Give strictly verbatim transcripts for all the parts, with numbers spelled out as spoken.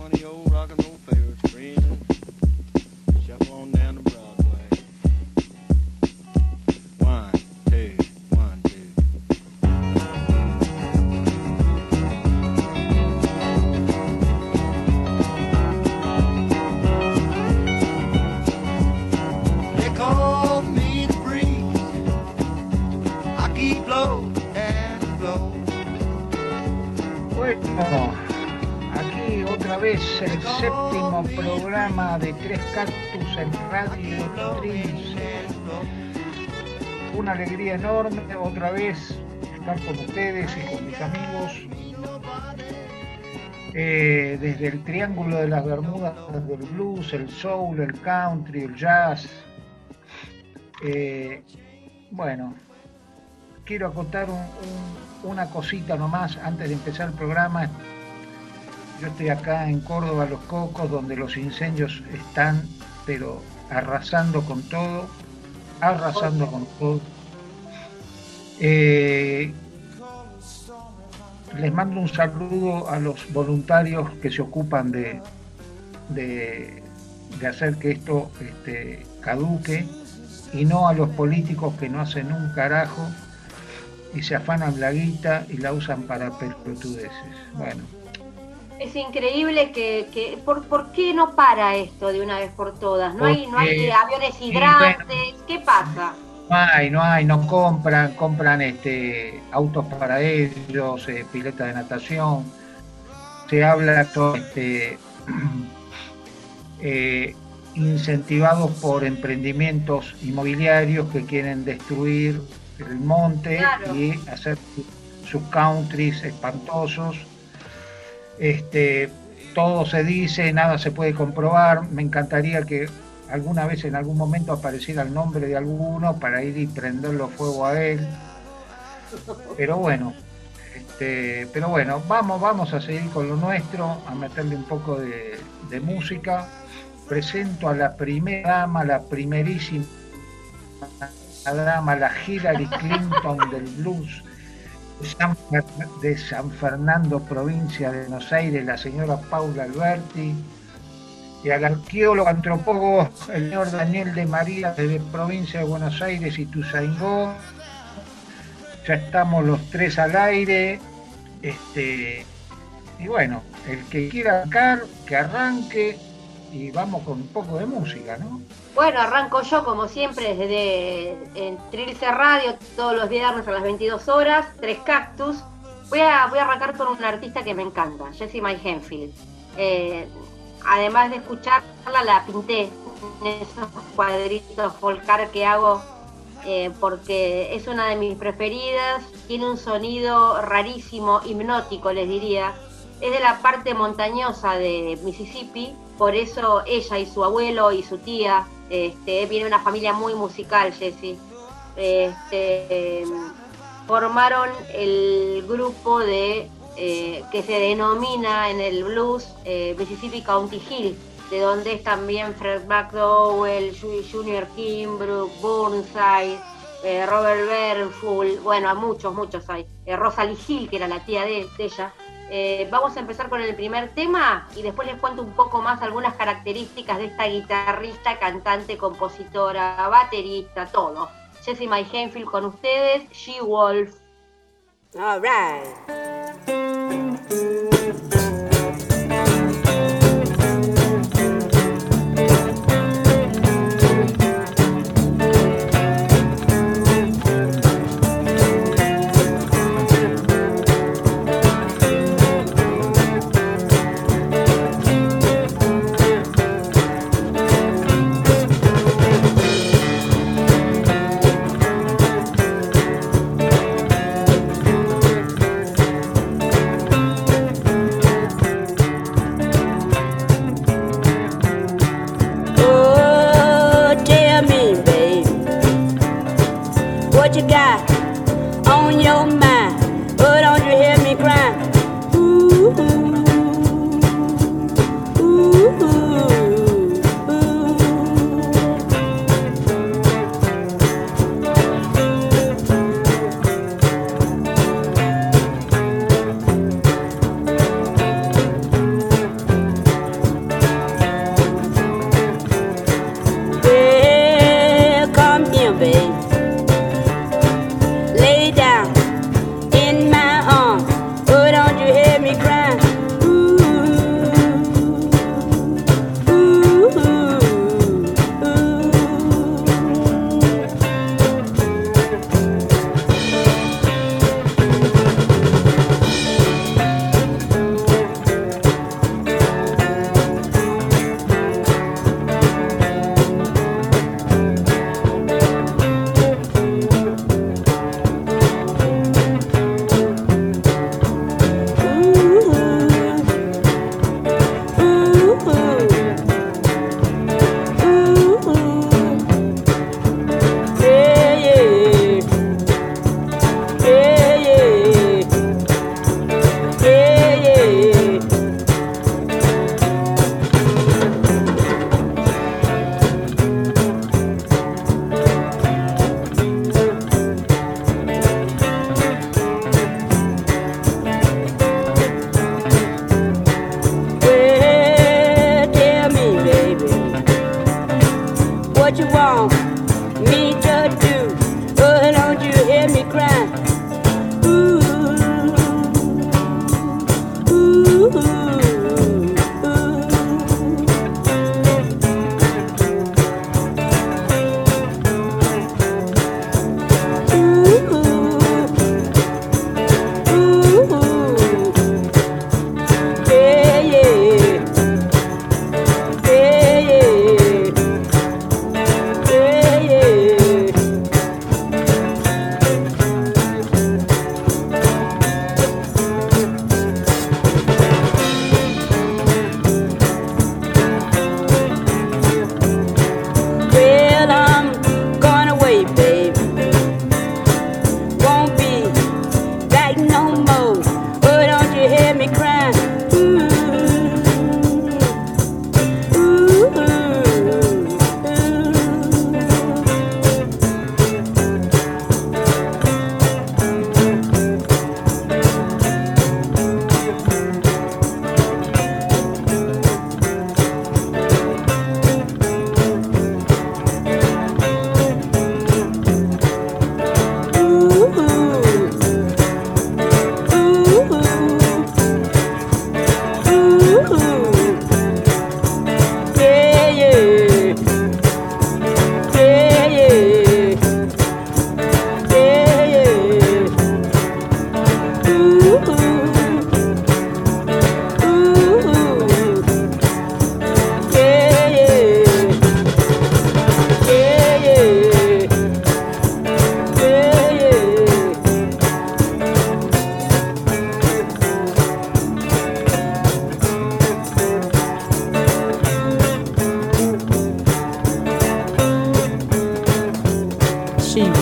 El séptimo programa de Tres Cactus en Radio Trince. Una alegría enorme otra vez estar con ustedes y con mis amigos eh, desde el Triángulo de las Bermudas del blues, el soul, el country, el jazz. Eh, bueno, quiero acotar un, un, una cosita nomás antes de empezar el programa. Yo estoy acá en Córdoba, Los Cocos, donde los incendios están, pero arrasando con todo, arrasando con todo. Eh, les mando un saludo a los voluntarios que se ocupan de, de, de hacer que esto este, caduque, y no a los políticos que no hacen un carajo y se afanan la guita y la usan para pelotudeces. Bueno. Es increíble que, que ¿por, ¿por qué no para esto de una vez por todas? No hay, no hay aviones hidrantes, sí, bueno, ¿qué pasa? No hay, no hay, no compran, compran este autos para ellos, eh, piletas de natación. Se habla este, eh, incentivados por emprendimientos inmobiliarios que quieren destruir el monte, claro, y hacer sus countries espantosos. Este, todo se dice, nada se puede comprobar. Me encantaría que alguna vez en algún momento apareciera el nombre de alguno para ir y prenderlo fuego a él. Pero bueno, este, pero bueno, vamos, vamos a seguir con lo nuestro, a meterle un poco de, de música. Presento a la primera dama, la primerísima dama, la Hillary Clinton del blues de San Fernando, provincia de Buenos Aires, la señora Paula Alberti, y al arqueólogo antropólogo el señor Daniel de María, de provincia de Buenos Aires, Ituzaingó. Ya estamos los tres al aire, este, y bueno, el que quiera arrancar, que arranque, y vamos con un poco de música, ¿no? Bueno, arranco yo como siempre desde en Trilce Radio, todos los viernes a las veintidós horas, Tres Cactus. Voy a, voy a arrancar con una artista que me encanta, Jessie May Henfield. Eh, además de escucharla, la pinté en esos cuadritos folcar que hago eh, porque es una de mis preferidas, tiene un sonido rarísimo, hipnótico les diría. Es de la parte montañosa de Mississippi, por eso ella y su abuelo y su tía, este, viene de una familia muy musical, Jessie. Este, eh, formaron el grupo de eh, que se denomina en el blues eh, Mississippi County Hill, de donde es también Fred McDowell, Junior Kimbrough, Burnside, eh, Robert Bernfull, bueno, muchos, muchos hay. Eh, Rosalie Hill, que era la tía de, de ella. Eh, vamos a empezar con el primer tema y después les cuento un poco más algunas características de esta guitarrista, cantante, compositora, baterista, todo. Jessie May Henfield con ustedes, She Wolf. All right.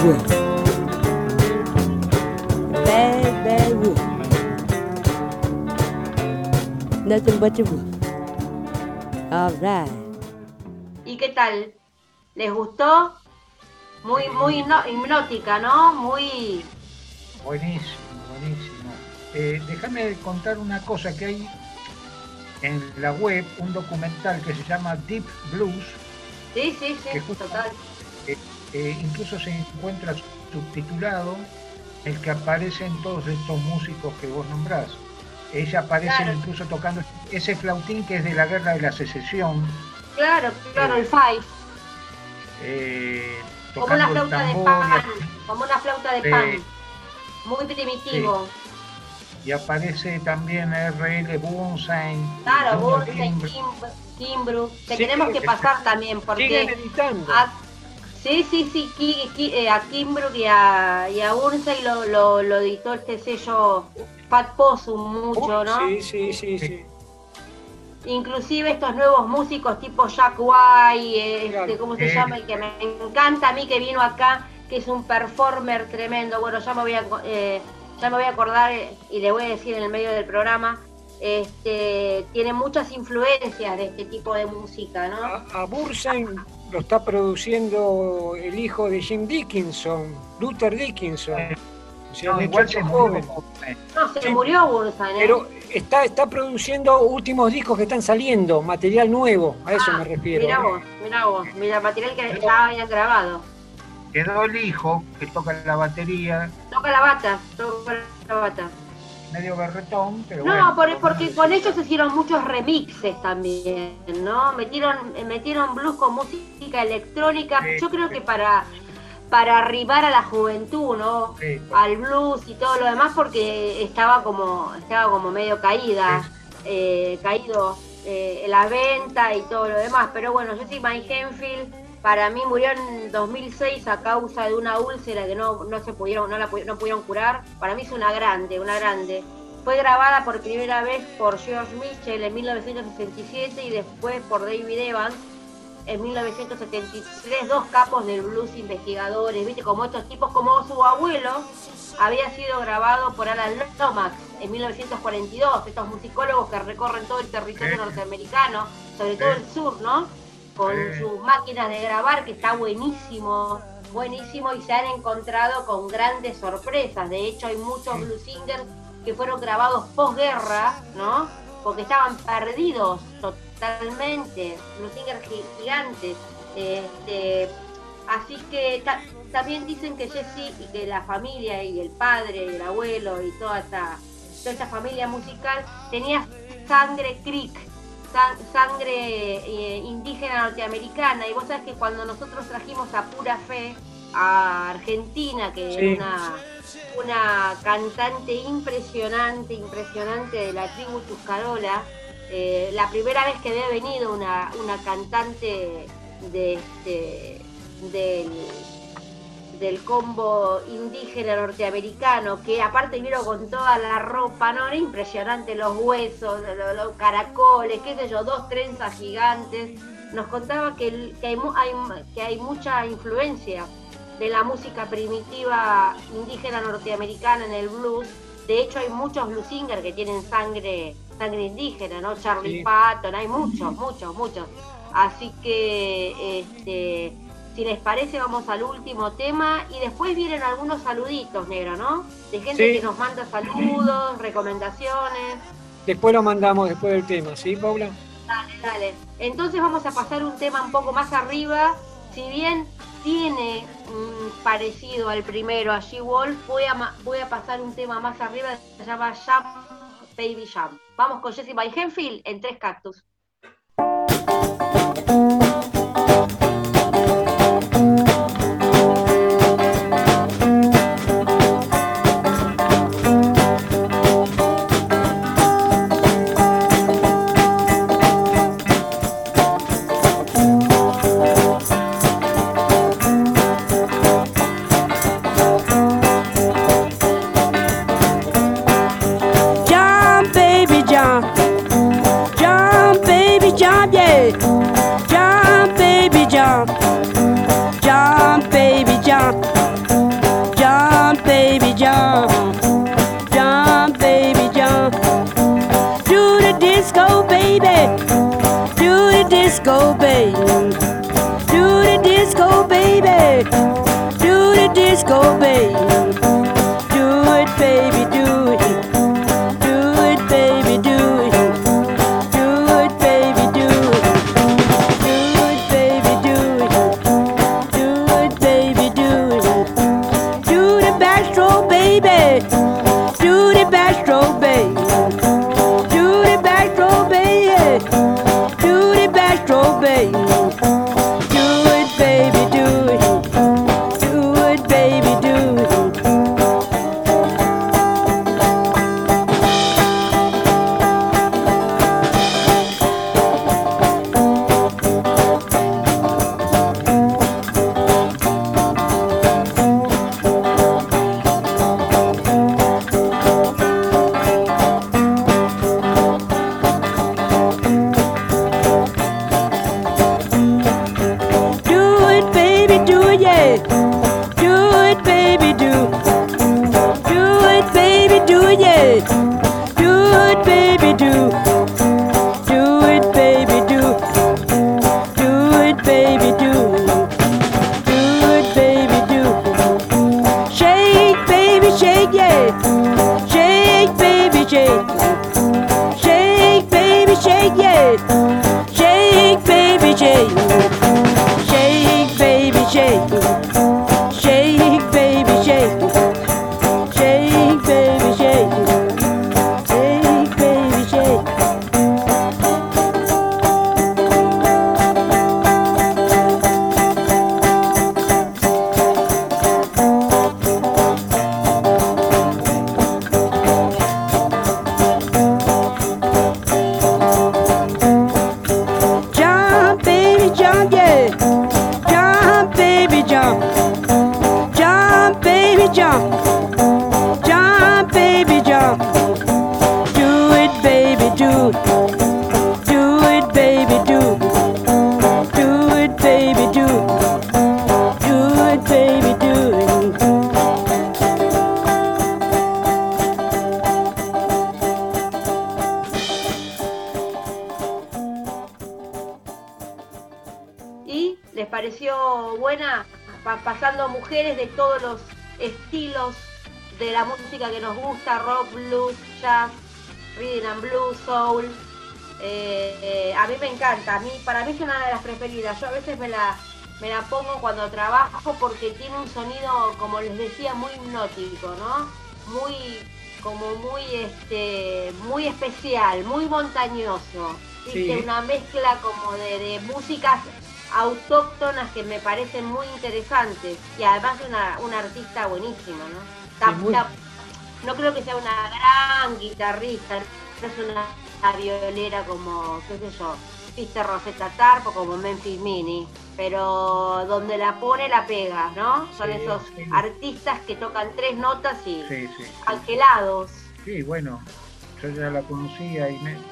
wolf. Bad, bad wolf. Nothing but the wolf. All right. ¿Y qué tal? ¿Les gustó? Muy, muy hipno- hipnótica, ¿no? Muy... Buenísimo, buenísimo. Eh, déjame contar una cosa, que hay en la web un documental que se llama Deep Blues. Sí, sí, sí, que justo, total. Eh, eh, incluso se encuentra subtitulado, el que aparecen todos estos músicos que vos nombrás. Ella aparece Claro. incluso tocando ese flautín que es de la Guerra de la Secesión. Claro, claro, Eh, el five. Eh, Como una tocando el flauta de tambor pan. y, Como una flauta de Sí. pan. Muy primitivo. y aparece también R L Burnside, Claro, Junior Burnside, Kimbrough. Kim- Kimbrough. Que Sí, tenemos que sí. pasar también, porque... Siguen editando. a- sí, sí, sí, Ki- Ki- eh, a Kimbrough y a, y a Burnside lo, lo, lo editó este sello Fat Possum mucho, ¿no? Sí, sí, sí, sí. Inclusive estos nuevos músicos tipo Jack White, eh, Claro. este, ¿cómo se Eh. llama? El que me encanta a mí, que vino acá, que es un performer tremendo. Bueno, ya me voy a, eh, ya me voy a acordar eh, y le voy a decir en el medio del programa. Este, tiene muchas influencias de este tipo de música, ¿no? A, a Burnside lo está produciendo el hijo de Jim Dickinson, Luther Dickinson. Eh, O sea, No, un igual muchacho se joven. murió. eh, No, se Sí. murió Burnside, ¿eh? Pero está, está produciendo últimos discos que están saliendo, material nuevo, a eso Ah, me refiero. Mirá ¿eh? vos, mirá vos, mira, material que ya habían grabado. Quedó el hijo que toca la batería, Toca la bata, toca la bata. medio berretón, pero No, bueno, por- por lo porque menos- con ellos se hicieron muchos remixes también, ¿no? Metieron, metieron blues con música electrónica, Sí, yo creo sí. que para, para arribar a la juventud, ¿no? Sí, Al blues y todo lo demás, porque estaba como, estaba como medio caída, eh, caído eh, la venta y todo lo demás. Pero bueno, Jessie Mike Henfield para mí murió en dos mil seis a causa de una úlcera que no, no se pudieron, no la pu- no pudieron curar. Para mí es una grande, una grande. Fue grabada por primera vez por George Mitchell en mil novecientos sesenta y siete y después por David Evans en mil novecientos setenta y tres, dos capos del blues investigadores, viste, como estos tipos, como su abuelo había sido grabado por Alan Lomax en mil novecientos cuarenta y dos, estos musicólogos que recorren todo el territorio Sí. norteamericano, sobre todo Sí. el sur, ¿no? Con Sí. sus máquinas de grabar, que está buenísimo, buenísimo, y se han encontrado con grandes sorpresas. De hecho, hay muchos Sí. blues singers que fueron grabados posguerra, ¿no? Porque estaban perdidos totalmente, blues singers gi- gigantes. Este, así que ta- también dicen que Jessie y que la familia y el padre y el abuelo y toda esta, toda esta familia musical tenía sangre creek, san- sangre eh, indígena norteamericana. Y vos sabés que cuando nosotros trajimos a Pura Fe a Argentina, que Sí. era una, una cantante impresionante, impresionante de la tribu Tuscarola, eh, la primera vez que había venido una, una cantante de este, del, del combo indígena norteamericano, que aparte vino con toda la ropa, ¿no? Era impresionante, los huesos, los, los caracoles, qué sé yo, dos trenzas gigantes. Nos contaba que, el- que, hay, mu- hay, que hay mucha influencia de la música primitiva indígena norteamericana en el blues. De hecho, hay muchos blues singers que tienen sangre, sangre indígena, ¿no? Charlie Sí. Patton, hay muchos, muchos, muchos. Así que, este, si les parece, vamos al último tema y después vienen algunos saluditos, negro, ¿no? De gente Sí. que nos manda saludos, recomendaciones. Después lo mandamos después del tema, ¿sí, Paula? Dale, dale. Entonces vamos a pasar un tema un poco más arriba. Si bien tiene mm, parecido al primero, a She-Wolf, voy a, ma- voy a pasar un tema más arriba que se llama Jump, Baby Jump. Vamos con Jessie Mike Henfield en Tres Cactus. Jump, baby, jump. Jump, disco, baby. Do the disco, baby. Do the disco, baby. Do the disco, baby. Do it, baby, do it. Do it, baby, do it. Do it, baby, do it. Do it, baby, do it. Do it, baby, do it. Do the backstroke, baby. Do the backstroke, baby. Do the backstroke, baby. Do the backstroke, baby. Do it, baby, do it. Do it, baby, do it. Do it, baby, do it, yeah. Do it, baby, do. Do it, baby, do it, yeah. Do it, baby, do. Do it, baby, do. Do it, baby, do. Do it, baby, do. Shake, baby, shake, yeah. Shake, baby, shake. Shake, baby, shake, yeah. Shake, baby, shake. Shake, baby, shake. Shake, baby, shake. Shake, baby, shake. Shake, baby, shake. Jump, baby, jump, yeah. Jump, baby, jump. Jump, baby, jump. Jump, baby, jump. Do it, baby, do. Do it, baby, do. Do it, baby, do. Do it, baby, do. ¿Y les pareció buena? Pa- pasando mujeres de todos los estilos de la música que nos gusta, rock, blues, jazz, rhythm and blues, soul. Eh, eh, a mí me encanta, a mí, para mí es una de las preferidas. Yo a veces me la, me la pongo cuando trabajo porque tiene un sonido, como les decía, muy hipnótico, ¿no? Muy, como muy, este, muy especial, muy montañoso. ¿Viste? Sí. Una mezcla como de, de músicas autóctonas que me parecen muy interesantes y además de una, una artista buenísima, ¿no? Ta- Sí, muy- ta- no creo que sea una gran guitarrista, no es una, una violera como, qué sé yo, viste Rosetta Tarp o como Memphis Minnie, pero donde la pone la pega, ¿no? Son Sí, esos sí. artistas que tocan tres notas y Sí, sí. angelados. Sí, bueno, yo ya la conocía y me,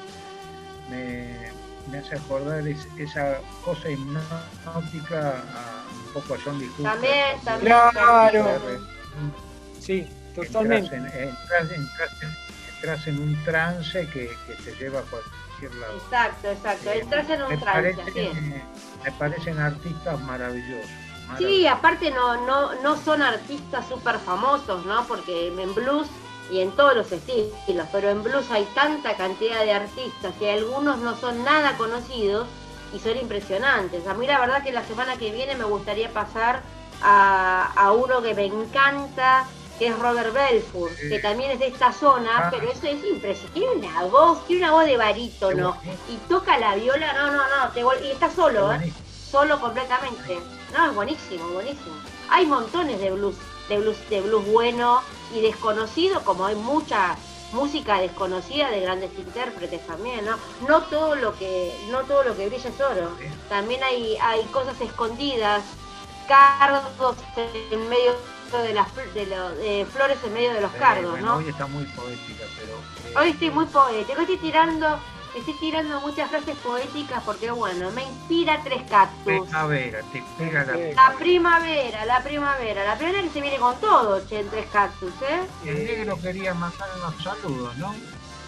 me, me hace acordar es- esa cosa hipnótica a, un poco a John Lee Hooker. También, también. Claro. también. Sí, Entras totalmente. en, entras, entras en- entras en un trance que, que te lleva a cualquier lado. Exacto, exacto. Entras en Me un trance, así parecen, es. me parecen artistas maravillosos. Sí, maravillosos. aparte no, no, no son artistas súper famosos, ¿no? Porque en blues y en todos los estilos, pero en blues hay tanta cantidad de artistas y algunos no son nada conocidos y son impresionantes. A mí la verdad que la semana que viene me gustaría pasar a, a uno que me encanta, que es Robert Belfort, Sí. que también es de esta zona, Ah. pero eso es impresionante. Tiene una voz, tiene una voz de barítono y toca la viola, no, no, no, te vol- y está solo, ¿eh? Buenísimo. Solo completamente. No, es buenísimo, buenísimo. Hay montones de blues, de blues, de blues bueno y desconocido, como hay mucha música desconocida de grandes intérpretes también, ¿no? No todo lo que, no todo lo que brilla es oro. Sí. También hay, hay cosas escondidas, cardos en medio de las fl- de lo- de flores en medio de los Eh, cardos, bueno, ¿no? hoy está muy poética, pero... eh, Hoy estoy muy poético, hoy estoy tirando, estoy tirando muchas frases poéticas porque bueno, me inspira Tres Cactus. Primavera, te pega la... Sí. La primavera, la primavera, la primavera que se viene con todo, che, en Tres Cactus, ¿eh? El negro quería mandar unos saludos, ¿no?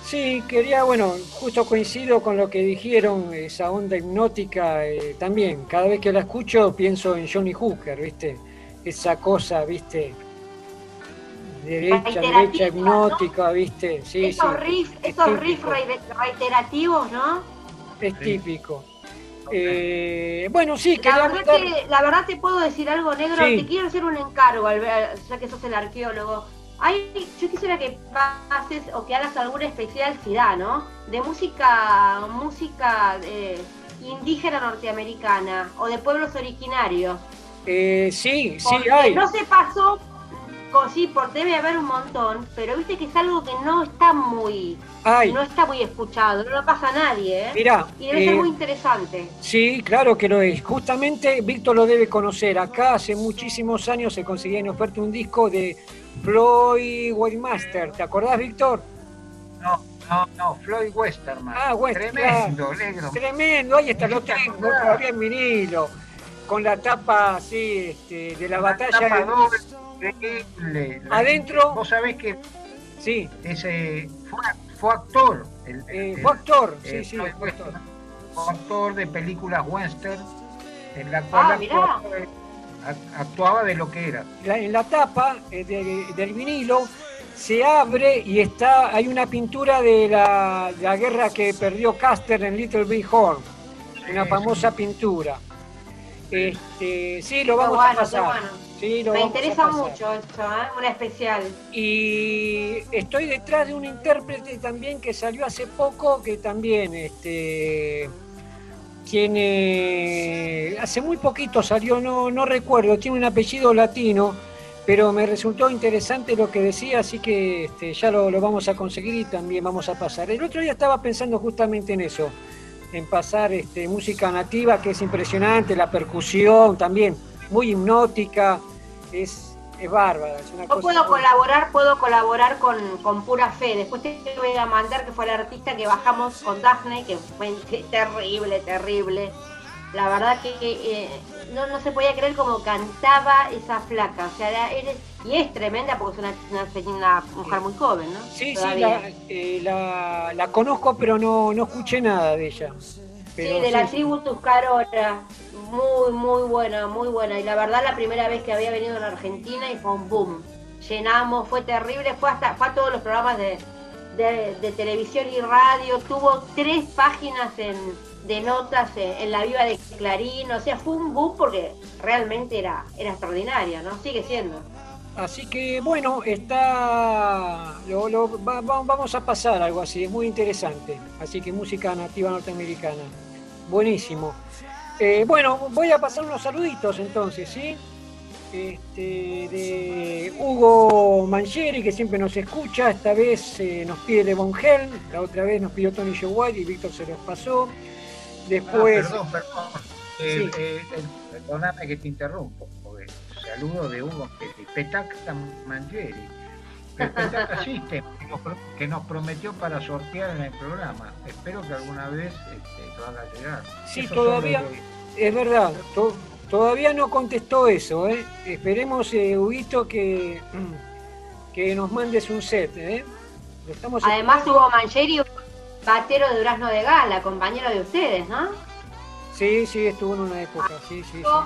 Sí, quería, bueno, justo coincido con lo que dijeron, esa onda hipnótica, eh, también, cada vez que la escucho pienso en Johnny Hooker, ¿viste? Esa cosa, ¿viste? Derecha, derecha, hipnótica, ¿no? ¿Viste? Sí, esos sí. riffs, esos riffs reiterativos, ¿no? Es típico. Eh, bueno, sí, la verdad, mandar... que, la verdad te puedo decir algo, negro, sí. Te quiero hacer un encargo, ya que sos el arqueólogo. Ay, yo quisiera que pases o que hagas algún especial, si da, ¿no? De música, música eh, indígena norteamericana o de pueblos originarios. Eh, sí, Porque sí, hay. No se pasó, sí, por debe haber un montón, pero viste que es algo que no está muy, ay. no está muy escuchado, no lo pasa a nadie, ¿eh? Mirá, y debe eh, ser muy interesante. Sí, claro que lo es. Justamente Víctor lo debe conocer. Acá hace muchísimos años se conseguía en oferta un disco de Floyd Waymaster. ¿Te acordás, Víctor? No, no, no, Floyd Westerman. Ah, Westerman. Tremendo, claro. negro. Tremendo, ahí está, lo tengo todavía en vinilo. Con la tapa así, este, de la Una batalla. Tapa de... doble, increíble. Adentro. Vos sabés que sí. ese fue, fue actor. El, eh, el, fue actor, el, sí, el, sí. Fue fue actor. actor de películas western, en la cual ah, actuaba, actuaba de lo que era. La, en la tapa eh, de, del vinilo se abre y está hay una pintura de la, de la guerra que perdió Custer en Little Big Horn, sí, una famosa sí. pintura. Este, sí, lo vamos bueno, a pasar. Bueno. Sí, lo Me vamos interesa a pasar. mucho esto, ¿eh? Una especial. Y estoy detrás de un intérprete también que salió hace poco, que también este, tiene, hace muy poquito salió, no, no recuerdo, tiene un apellido latino, pero me resultó interesante lo que decía, así que este, ya lo, lo vamos a conseguir y también vamos a pasar. El otro día estaba pensando justamente en eso, en pasar este, música nativa, que es impresionante, la percusión también, muy hipnótica, es, es bárbara. Es una Yo cosa puedo muy... colaborar, puedo colaborar con, con Pura Fe. Después te voy a mandar que fue el artista que bajamos con Daphne, que fue terrible, terrible. La verdad que eh, no, no se podía creer cómo cantaba esa flaca. O sea, era, eres, y es tremenda porque es una, una, una mujer muy joven, ¿no? Sí, Todavía. sí, la, eh, la, la conozco, pero no, no escuché nada de ella. Pero sí, de sí, la sí. tribu Tuscarora. Muy, muy buena, muy buena. Y la verdad, la primera vez que había venido a la Argentina y fue un boom. Llenamos, fue terrible, fue hasta fue a todos los programas de, de, de televisión y radio. Tuvo tres páginas en, de notas en, en la Viva de Clarín. O sea, fue un boom porque realmente era, era extraordinaria, ¿no? Sigue siendo. Así que, bueno, está lo, lo, va, va, vamos a pasar algo así, es muy interesante. Así que música nativa norteamericana. Buenísimo. Eh, bueno, voy a pasar unos saluditos entonces, ¿sí? Este, de Hugo Mangieri, que siempre nos escucha, esta vez eh, nos pide de Von Helm, la otra vez nos pidió Tony Joe White y Víctor se los pasó. Después... Ah, perdón, perdón. Eh, sí. eh, eh, perdóname que te interrumpo, porque saludo de Hugo Petacta Mangieri. El Petacta System, que nos prometió para sortear en el programa. Espero que alguna vez este, lo haga llegar. Sí, Eso todavía, sobre... es verdad, to, todavía no contestó eso, ¿eh? Esperemos, eh, Huguito, que, que nos mandes un set, ¿eh? Lo estamos Además esperando. Hugo Mangieri, batero de Durazno de Gala, compañero de ustedes, ¿no? Sí, sí, estuvo en una época, sí, sí, sí.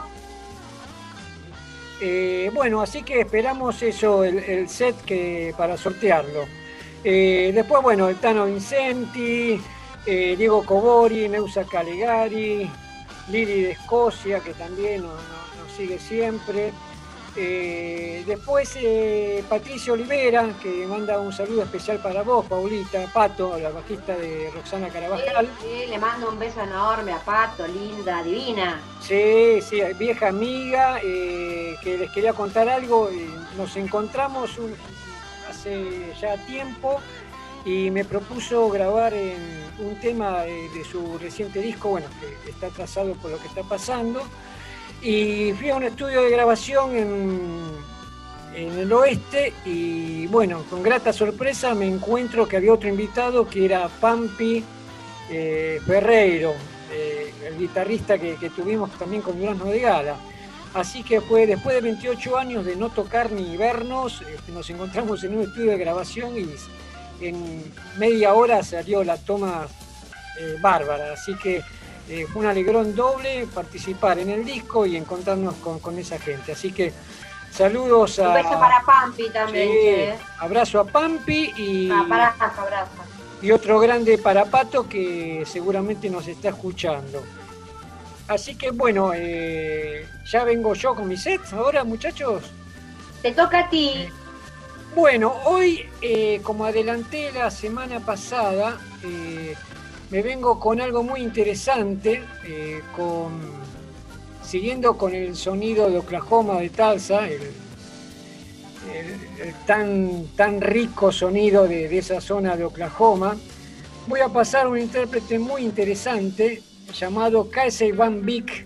Eh, bueno, así que esperamos eso, el, el set que para sortearlo. Eh, después, bueno, el Tano Vincenti, eh, Diego Cobori, Neusa Calegari, Lili de Escocia, que también nos, nos, nos sigue siempre. Eh, después eh, Patricio Olivera, que manda un saludo especial para vos, Paulita, Pato, la bajista de Roxana Carabajal. Sí, sí, le mando un beso enorme a Pato, linda, divina. Sí, sí, vieja amiga, eh, que les quería contar algo. Eh, nos encontramos un, hace ya tiempo y me propuso grabar en un tema de, de su reciente disco, bueno, que está atrasado por lo que está pasando. Y fui a un estudio de grabación en, en el oeste y bueno, con grata sorpresa me encuentro que había otro invitado que era Pampi eh, Ferreiro, eh, el guitarrista que, que tuvimos también con Durazno de Gala. Así que fue después de veintiocho años de no tocar ni vernos, este, nos encontramos en un estudio de grabación y, en media hora salió la toma eh, bárbara, así que eh, fue un alegrón doble participar en el disco y encontrarnos con, con esa gente. Así que saludos a... Un beso para Pampi también. Sí, che. abrazo a Pampi y... Ah, abrazo, abrazo. Y otro grande para Pato que seguramente nos está escuchando. Así que bueno, eh, ya vengo yo con mi set ahora, muchachos. Te toca a ti. Eh, bueno, hoy, eh, como adelanté la semana pasada, eh, me vengo con algo muy interesante, eh, con, siguiendo con el sonido de Oklahoma de Tulsa, el, el, el tan, tan rico sonido de, de esa zona de Oklahoma. Voy a pasar a un intérprete muy interesante llamado Casey Van Beek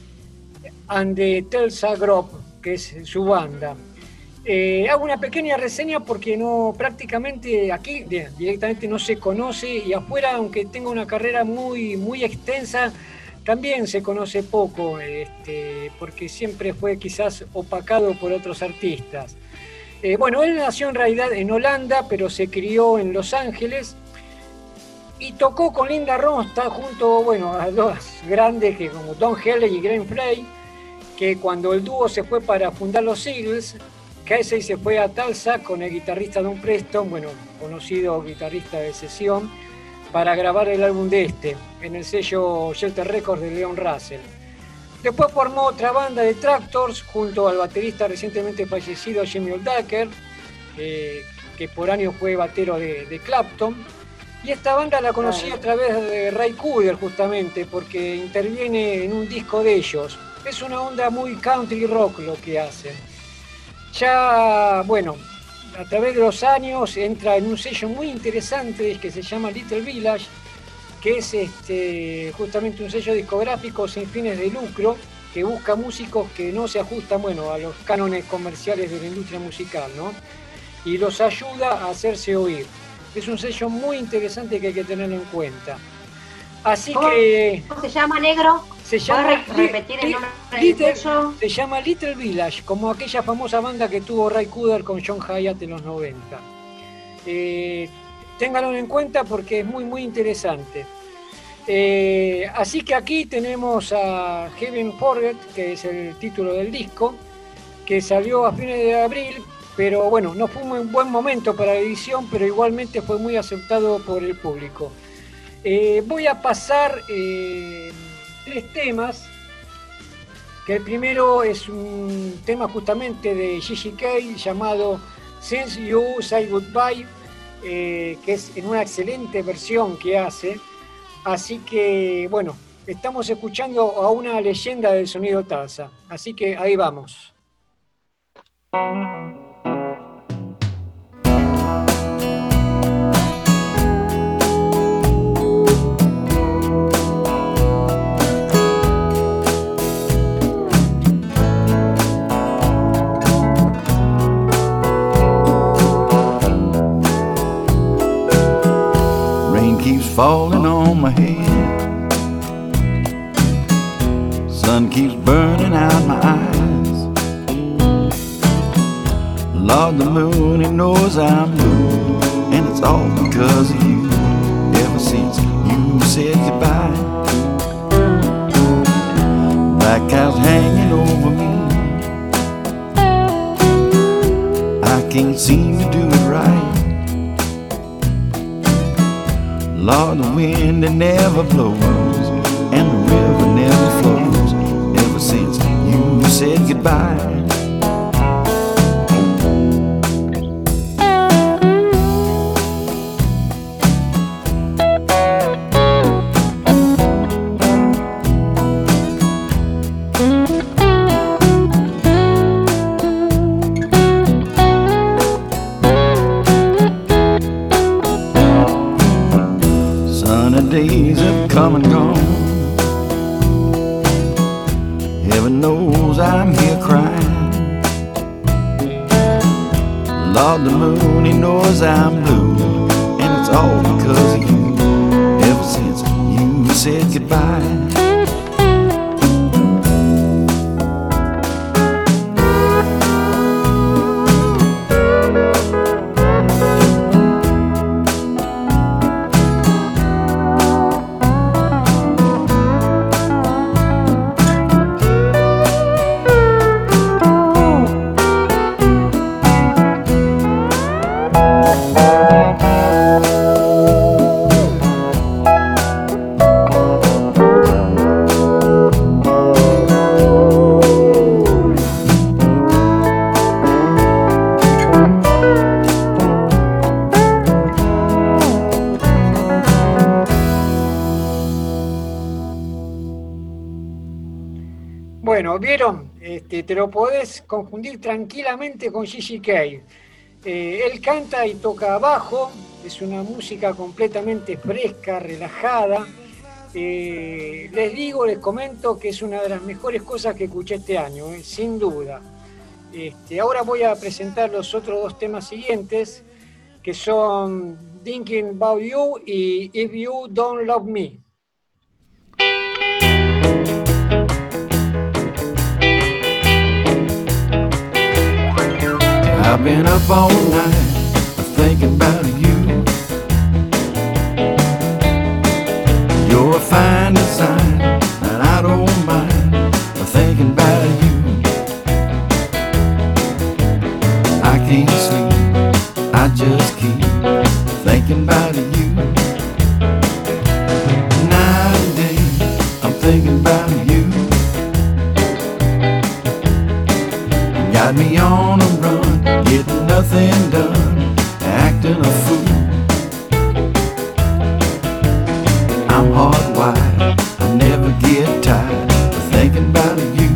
and the Tulsa Group, que es su banda. Eh, hago una pequeña reseña porque no, prácticamente aquí directamente no se conoce, y afuera, aunque tenga una carrera muy, muy extensa, también se conoce poco, este, porque siempre fue quizás opacado por otros artistas. Eh, bueno, él nació en realidad en Holanda, pero se crió en Los Ángeles y tocó con Linda Ronstadt junto, bueno, a dos grandes que como Don Henley y Glenn Frey, que cuando el dúo se fue para fundar los Eagles, Casey se fue a Tulsa con el guitarrista Don Preston, bueno, conocido guitarrista de sesión, para grabar el álbum de este, en el sello Shelter Records de Leon Russell. Después formó otra banda de Tractors junto al baterista recientemente fallecido Jimmy Oldaker, eh, que por años fue batero de, de Clapton. Y esta banda la conocí a través de Ray Cooder, justamente, porque interviene en un disco de ellos. Es una onda muy country rock lo que hacen. Ya, bueno, a través de los años entra en un sello muy interesante que se llama Little Village, que es este, justamente un sello discográfico sin fines de lucro, que busca músicos que no se ajustan, bueno, a los cánones comerciales de la industria musical, ¿no? Y los ayuda a hacerse oír. Es un sello muy interesante que hay que tenerlo en cuenta. Así ¿Cómo, que... ¿Cómo se llama, negro? Se llama, ¿Puedes repetir el nombre del Little, sello? se llama Little Village, como aquella famosa banda que tuvo Ray Cooder con John Hyatt en los noventa. Eh, ténganlo en cuenta porque es muy, muy interesante. Eh, así que aquí tenemos a Heaven Forget, que es el título del disco, que salió a fines de abril. Pero bueno, no fue un buen momento para la edición, pero igualmente fue muy aceptado por el público. Eh, voy a pasar eh, tres temas, que el primero es un tema justamente de Gigi Kay llamado Since You Say Goodbye, eh, que es en una excelente versión que hace. Así que bueno, estamos escuchando a una leyenda del sonido Tulsa. Así que ahí vamos. Falling on my head, sun keeps burning out my eyes. Lord, the moon, he knows I'm blue, and it's all because of you. Ever since you said goodbye, black clouds hanging over me, I can't seem to do it right. Lord, the wind, it never blows, and the river never flows, ever since you said goodbye. Days have come and gone. Heaven knows I'm here crying. Lord, the moon, he knows I'm blue, and it's all because of you. Ever since you said goodbye. Bueno, ¿vieron? Este, te lo podés confundir tranquilamente con Gigi Kay. Eh, él canta y toca bajo, es una música completamente fresca, relajada. Eh, les digo, les comento que es una de las mejores cosas que escuché este año, eh, sin duda. Este, ahora voy a presentar los otros dos temas siguientes, que son Thinking About You y If You Don't Love Me. I've been up all night thinking about you. You're a fine design, and I don't mind thinking about you. I can't sleep, I just keep thinking about you. Night and day, I'm thinking about you. Got me on a run, getting nothing done, acting a fool. I'm hardwired, I never get tired of thinking about you.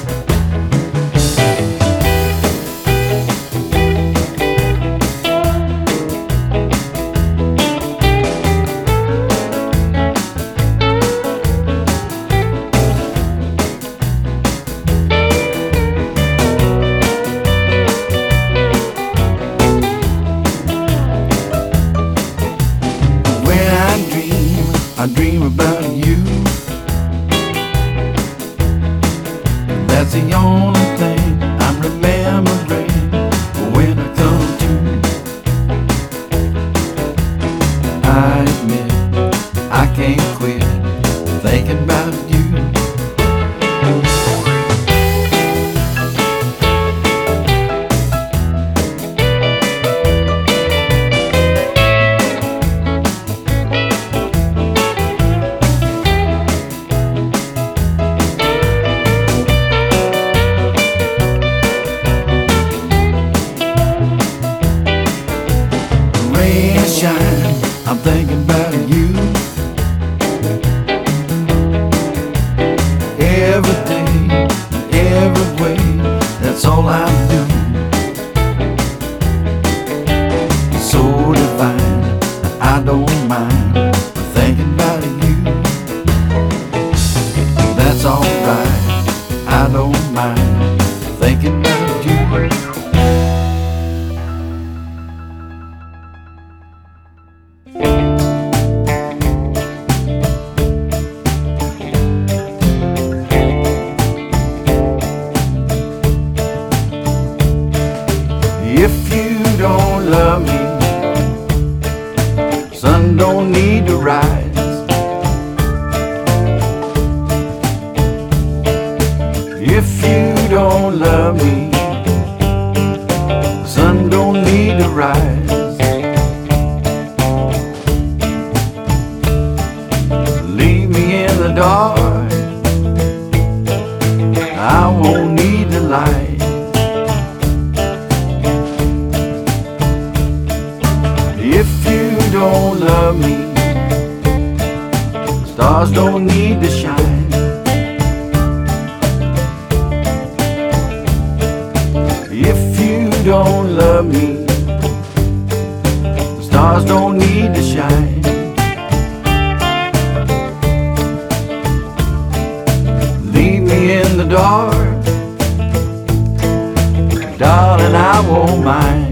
I dream about you. That's the only thing I'm remembering when I come to. I admit I can't quit thinking about you. I'm thinking about you every day, every way. That's all I do. So divine, I don't mind thinking about you. That's alright, I don't mind thinking about you. If you don't love me, sun don't need to rise. If you don't love me, sun don't need to rise. Leave me in the dark, I won't need the light. If you don't love me, stars don't need to shine. If you don't love me, stars don't need to shine. Leave me in the dark, darling, I won't mind.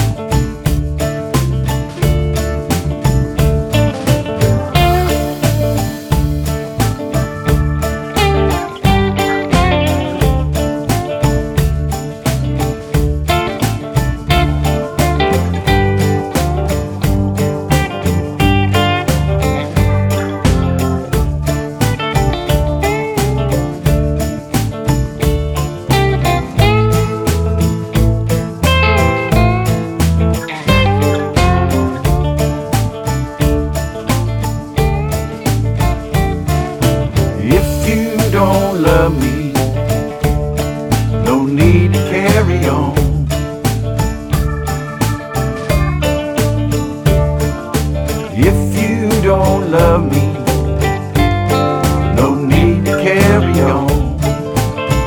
Don't love me, no need to carry on.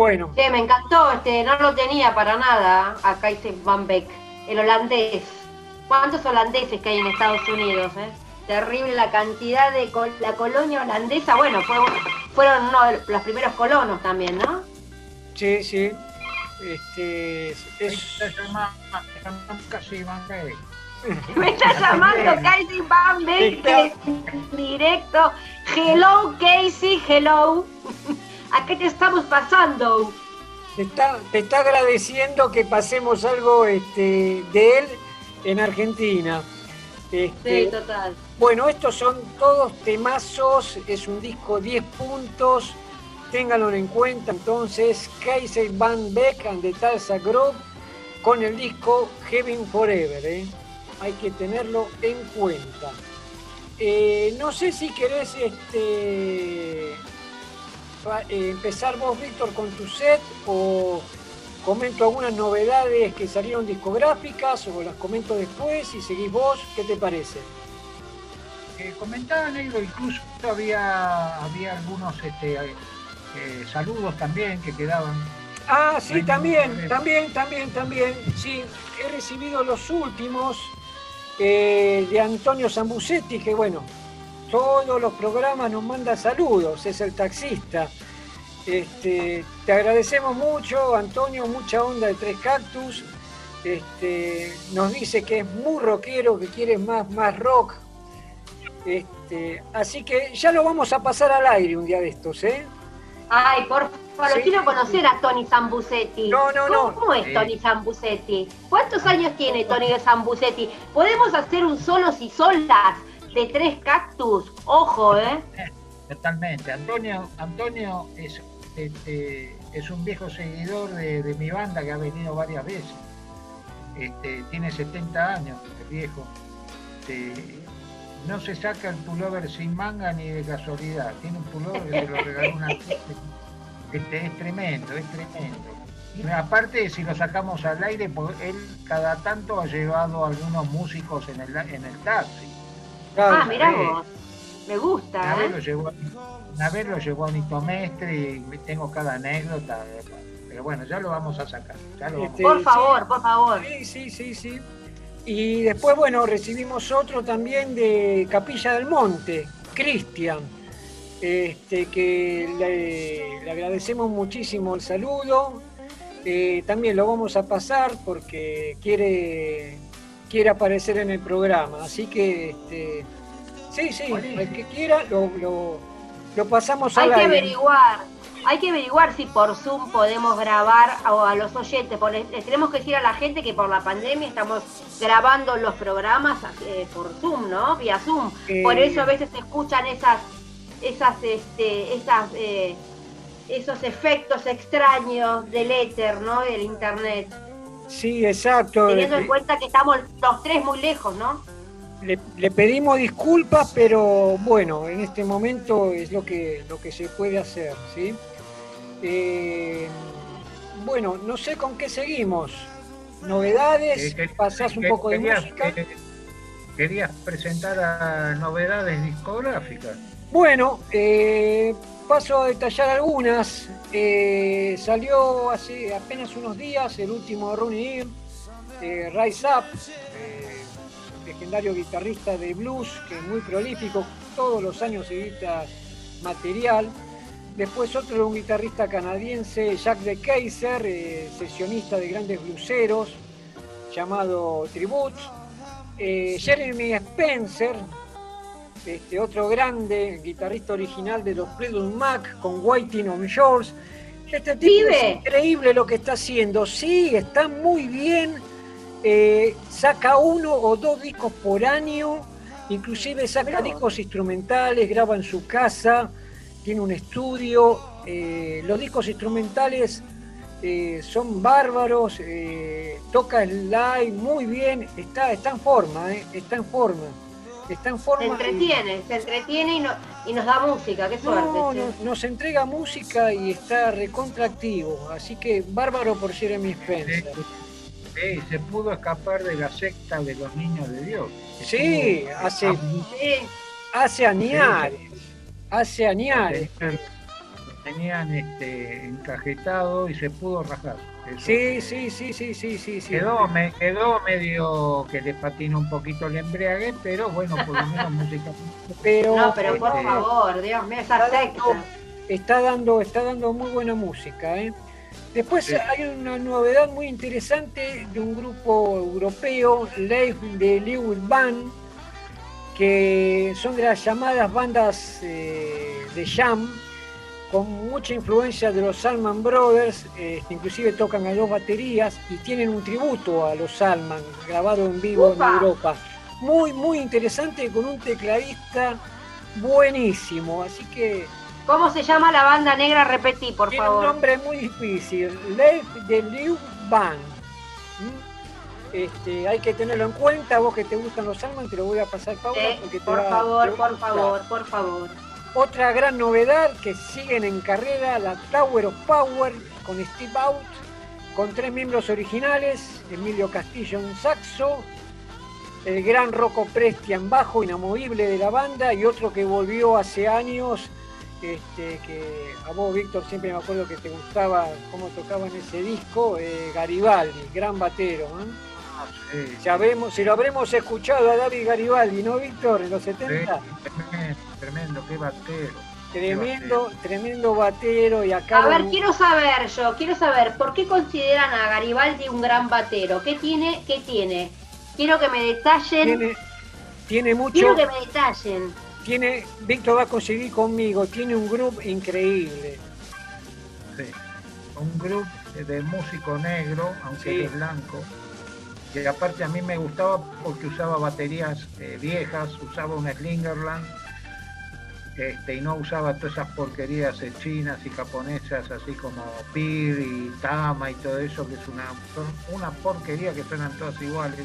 Bueno. Sí, me encantó, este, no lo tenía para nada a Gijsens Van Beek, el holandés. ¿Cuántos holandeses que hay en Estados Unidos? Eh? Terrible la cantidad de col la colonia holandesa. Bueno, fue, fueron uno de los primeros colonos también, ¿no? Sí, sí. Este, es... Se llama casi Van Beek. Me está llamando Gijsens Van Beek en directo. Hello, Casey, hello. ¿A qué te estamos pasando? Te está, te está agradeciendo que pasemos algo este, de él en Argentina. Este, sí, total. Bueno, estos son todos temazos, es un disco diez puntos, ténganlo en cuenta entonces, Gijsens Van Beek and the Tulsa Group con el disco Heaven Forever, ¿eh? Hay que tenerlo en cuenta. Eh, no sé si querés este, empezar vos, Víctor, con tu set o comento algunas novedades que salieron discográficas o las comento después y seguís vos, ¿qué te parece? Eh, comentaba Negro, incluso había, había algunos este, eh, saludos también que quedaban. Ah, sí, Ay, también, no, también, también, también. Sí, he recibido los últimos eh, de Antonio Zambucetti, que bueno, todos los programas nos manda saludos, es el taxista. Este, te agradecemos mucho, Antonio, mucha onda de Tres Cactus. Este, nos dice que es muy rockero, que quiere más, más rock. Este, así que ya lo vamos a pasar al aire un día de estos, ¿eh? Ay, por favor, Sí. quiero conocer a Tony Zambucetti. No, no, no. ¿Cómo, cómo es Sí. Tony Zambucetti? ¿Cuántos años tiene Tony Zambucetti? ¿Podemos hacer un solos y solas de Tres Cactus? Ojo, ¿eh? Totalmente. Antonio, Antonio es, este, es un viejo seguidor de, de mi banda que ha venido varias veces. Este, tiene setenta años, el viejo. Este, no se saca el pullover sin manga ni de casualidad. Tiene un pullover que se lo regaló una este, es tremendo, es tremendo. Y aparte, si lo sacamos al aire, pues él cada tanto ha llevado a algunos músicos en el, en el taxi. Ah, mirá sí. vos. Me gusta, Una vez lo ¿eh? llevó, una vez lo llevó a Nito Mestre y tengo cada anécdota. Pero bueno, ya lo vamos a sacar. Ya lo vamos Este, Por sí. favor, por favor. Sí, sí, sí, sí. Y después, bueno, recibimos otro también de Capilla del Monte, Cristian, este, que le, le agradecemos muchísimo el saludo. Eh, también lo vamos a pasar porque quiere, quiere aparecer en el programa. Así que, este, sí, sí, el que quiera lo, lo, lo pasamos Hay al que aire. averiguar. Hay que averiguar si por Zoom podemos grabar a, a los oyentes. Porque les tenemos que decir a la gente que por la pandemia estamos grabando los programas eh, por Zoom, ¿no? Vía Zoom. Eh, Por eso a veces se escuchan esas, esas, este, esas, eh, esos efectos extraños del éter, ¿no? Del internet. Sí, exacto. Teniendo en Eh, cuenta que estamos los tres muy lejos, ¿no? Le, le pedimos disculpas, pero bueno, en este momento es lo que, lo que se puede hacer, ¿sí? Eh, bueno, no sé con qué seguimos. ¿Novedades? Eh, que- ¿Pasás un que- poco de querías, música? que- querías presentar a novedades discográficas. Bueno, eh, paso a detallar algunas. Eh, salió hace apenas unos días el último Ronnie Earl, eh, Rise Up, eh, legendario guitarrista de blues, que es muy prolífico, todos los años edita material. Después otro de un guitarrista canadiense, Jack de Kaiser, eh, sesionista de grandes blueseros, llamado Tribute. Eh, Jeremy Spencer, este, otro grande guitarrista original de los Fleetwood Mac, con Waiting on Shores. Este tipo ¡Vive! es increíble lo que está haciendo, sí, está muy bien. Eh, saca uno o dos discos por año, inclusive saca Mirá. discos instrumentales, graba en su casa, tiene un estudio. Eh, los discos instrumentales eh, son bárbaros, eh, toca el live muy bien, está, está en forma, eh, está en forma, está en Se forma. entretiene, se entretiene y, no, y nos da música, qué suerte. No, che. no, nos entrega música y está recontraactivo, así que bárbaro por Jeremy Spencer. Sí, se pudo escapar de la secta de los niños de Dios. Sí, Estuvo- hace, Sí. hace añares, hace añares. tenían este, encajetado y se pudo rajar. Eso, Sí, sí, sí, sí, sí, sí, sí. Quedó, me, quedó medio que le patinó un poquito el embriague, pero bueno, por lo menos música. Pero, No, pero por este, favor, Dios mío, esa está secta. dando, está dando, está dando muy buena música, ¿eh? Después Sí. hay una novedad muy interesante de un grupo europeo, Live de Lewis Band, que son de las llamadas bandas eh, de jam, con mucha influencia de los Allman Brothers, eh, inclusive tocan a dos baterías y tienen un tributo a los Allman, grabado en vivo ¡Upa! en Europa. Muy, muy interesante, con un tecladista buenísimo, así que ¿Cómo se llama la banda negra? Repetí, por tiene favor. un nombre muy difícil, Live de Liu Band. ¿Mm? Este, hay que tenerlo en cuenta, vos que te gustan los Allman, te lo voy a pasar, Paula, Sí, porque te por va- te favor, va a por gustar. favor, por favor. Otra gran novedad que siguen en carrera, la Tower of Power con Steve Out, con tres miembros originales, Emilio Castillo en saxo, el gran Rocco Presti en bajo, inamovible de la banda, y otro que volvió hace años, este, que a vos, Víctor, siempre me acuerdo que te gustaba cómo tocaba en ese disco, eh, Garibaldi, gran batero. ¿eh? Ah, sí, Ya vemos, si lo habremos escuchado a David Garibaldi, ¿no, Víctor? En los sí, setenta. tremendo, tremendo, qué batero. Tremendo, tremendo batero y acá. A ver, vamos- quiero saber yo, quiero saber, ¿por qué consideran a Garibaldi un gran batero? ¿Qué tiene? ¿Qué tiene? Quiero que me detallen, Tiene, tiene mucho, quiero que me detallen. tiene, Víctor va a conseguir conmigo, tiene un grupo increíble. Sí. Un grupo de músico negro, aunque Sí. de blanco. Y aparte a mí me gustaba porque usaba baterías eh, viejas, usaba un Slingerland, este, y no usaba todas esas porquerías eh, chinas y japonesas, así como Pir y Tama y todo eso, que es una, son una porquería, que suenan todas iguales.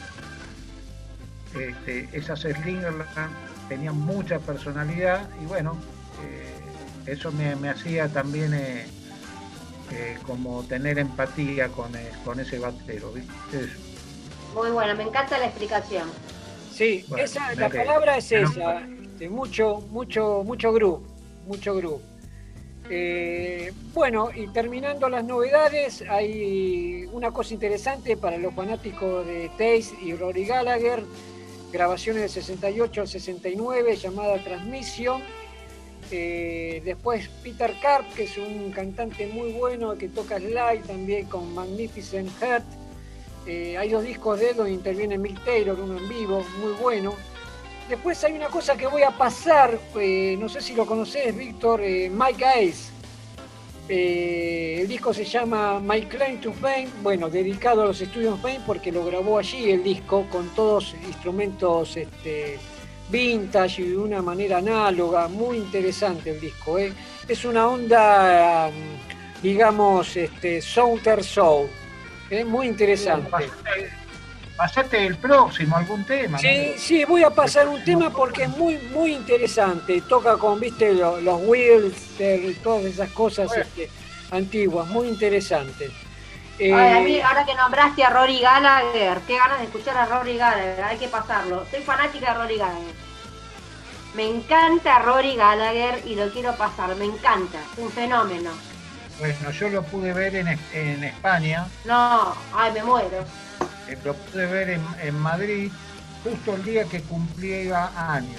Este, esas Slingerland tenían mucha personalidad y bueno, eh, eso me, me hacía también eh, eh, como tener empatía con, eh, con ese batero, ¿viste? Eso. Muy buena, me encanta la explicación. Sí, Bueno, esa, me la quedé. palabra es Pero- esa, este, mucho, mucho, mucho groove, mucho groove. Eh, bueno, y terminando las novedades, hay una cosa interesante para los fanáticos de Taste y Rory Gallagher, grabaciones del sesenta y ocho al sesenta y nueve, llamada Transmission. Eh, después Peter Karp, que es un cantante muy bueno que toca slide también con Magnificent Heart. Eh, hay dos discos de él donde interviene Mick Taylor, uno en vivo, muy bueno. Después hay una cosa que voy a pasar, eh, no sé si lo conoces, Víctor, eh, Mike Hayes. Eh, el disco se llama My Claim to Fame, bueno, dedicado a los estudios Fame porque lo grabó allí el disco con todos instrumentos este, vintage y de una manera análoga, muy interesante el disco. ¿eh? Es una onda, um, digamos, este, Southern Soul, ¿eh? muy interesante. Pasate, pasate el próximo, algún tema. Sí, ¿no? sí, voy a pasar un tema porque es muy, muy interesante. Toca con, viste, los, los Wheels, eh, todas esas cosas Bueno. este, antiguas, muy interesantes. Eh, Ay, a mí, ahora que nombraste a Rory Gallagher, qué ganas de escuchar a Rory Gallagher, hay que pasarlo. Soy fanática de Rory Gallagher. Me encanta Rory Gallagher y lo quiero pasar, me encanta, es un fenómeno. Bueno, yo lo pude ver en, en España, No, ay, me muero. eh, lo pude ver en, en Madrid, justo el día que cumplía años.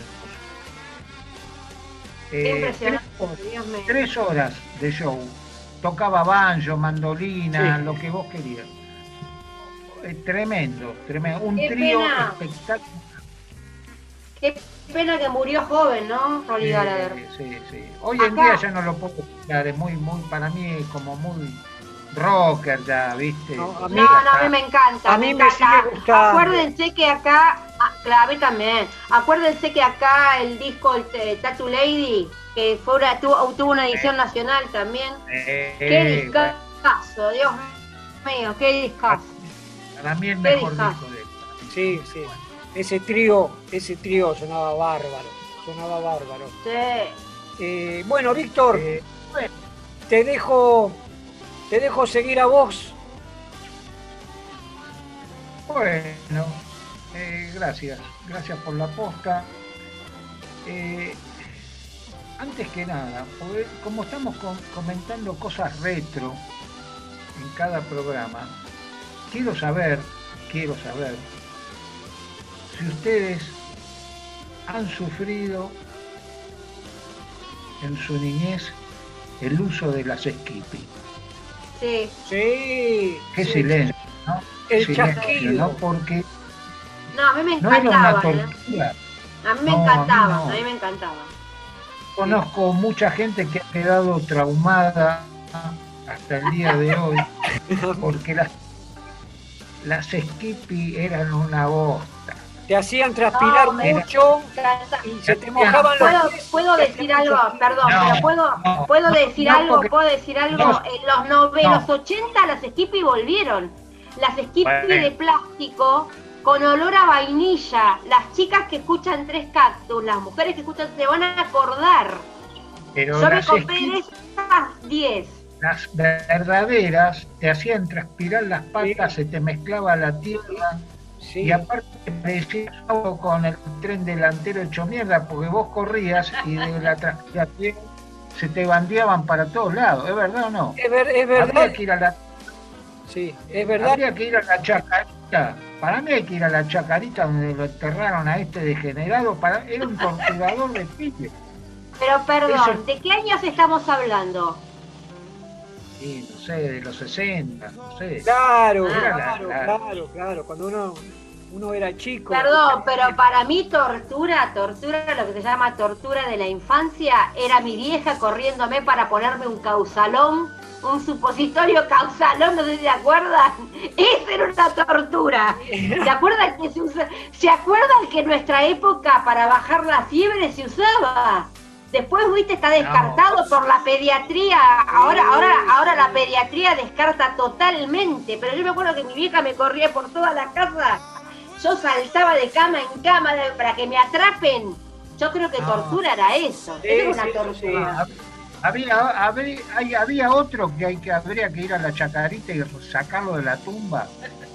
Qué Eh, impresionante, tres, Dios mío. tres horas de show. Tocaba banjo, mandolina, Sí. lo que vos querías. Eh, tremendo, tremendo. Un Qué trío pena. espectacular. Qué pena que murió joven, ¿no? Rory Eh, Gallagher. sí, sí. Hoy en Acá- día ya no lo puedo escuchar, es muy, muy, para mí es como muy rocker ya, ¿viste? No, a mí- No, no, a mí me encanta. a mí me encanta. sigue gustando. Acuérdense que acá, ah, claro, a mí también. Acuérdense que acá el disco el, eh, Tattoo Lady, que fue una, tuvo, tuvo una edición nacional también. Eh, Qué eh, discazo, Dios mío, qué discazo. para mí el qué mejor discazo. disco de él. Sí, sí. Ese trío, ese trío sonaba bárbaro, sonaba bárbaro. Sí. Eh, bueno, Víctor, Eh, bueno, te dejo, te dejo seguir a vos. bueno, eh, gracias, gracias por la posta. Eh, antes que nada, porque como estamos con- comentando cosas retro en cada programa, quiero saber, quiero saber si ustedes han sufrido en su niñez el uso de las Skippy. Sí. Sí. Qué sí. silencio, ¿no? El Silencio, chasquido. ¿no? Porque No, a mí me no era una encantaban. ¿eh? tortura. A mí me No, a mí encantaban, no. a mí me encantaban. Conozco mucha gente que ha quedado traumada hasta el día de hoy porque las, las Skippy eran una bosta. Te hacían transpirar No, me mucho encanta. y se te mojaban los ¿Puedo, pies. puedo Te decir hacían algo? mucho- Perdón, No, pero puedo, no, puedo no, decir no, algo, porque- puedo decir algo. no, En los nove, no. los ochenta las Skippy volvieron. Las Skippy Bueno. de plástico con olor a vainilla. Las chicas que escuchan Tres Cactus, las mujeres que escuchan se van a acordar. Pero Yo me las compré Skippy, de esas diez. las verdaderas, te hacían transpirar las patas, Sí. se te mezclaba la tierra. Sí. Y aparte parecía algo con el tren delantero hecho mierda, porque vos corrías y de la transpiración se te bandeaban para todos lados, ¿es verdad o no? Es, ver- es verdad. Habría que ir a la, Sí, es verdad. habría que ir a la chacarita. Para mí hay que ir a la chacarita donde lo enterraron a este degenerado. Para, era un torturador de pibes. Pero perdón, Eso- ¿de qué años estamos hablando? Sí, no sé, de los sesenta, no sé. Claro, Ah, claro, la- claro, claro. Cuando uno, uno era chico. Perdón, pero para mí tortura, tortura, lo que se llama tortura de la infancia, era mi vieja corriéndome para ponerme un causalón, un supositorio causalón, no sé si se acuerdan. Esa era una tortura. ¿Se acuerdan que se usa, ¿se acuerdan que en nuestra época para bajar la fiebre se usaba? Después, viste, está descartado No. por la pediatría. Ahora, ahora, ahora la pediatría descarta totalmente. Pero yo me acuerdo que mi vieja me corría por toda la casa. Yo saltaba de cama en cama de- para que me atrapen. Yo creo que No. tortura era eso. Sí, Eso era una sí, tortura. sí. Había, había, hay- había otro que, hay que habría que ir a la chacarita y sacarlo de la tumba.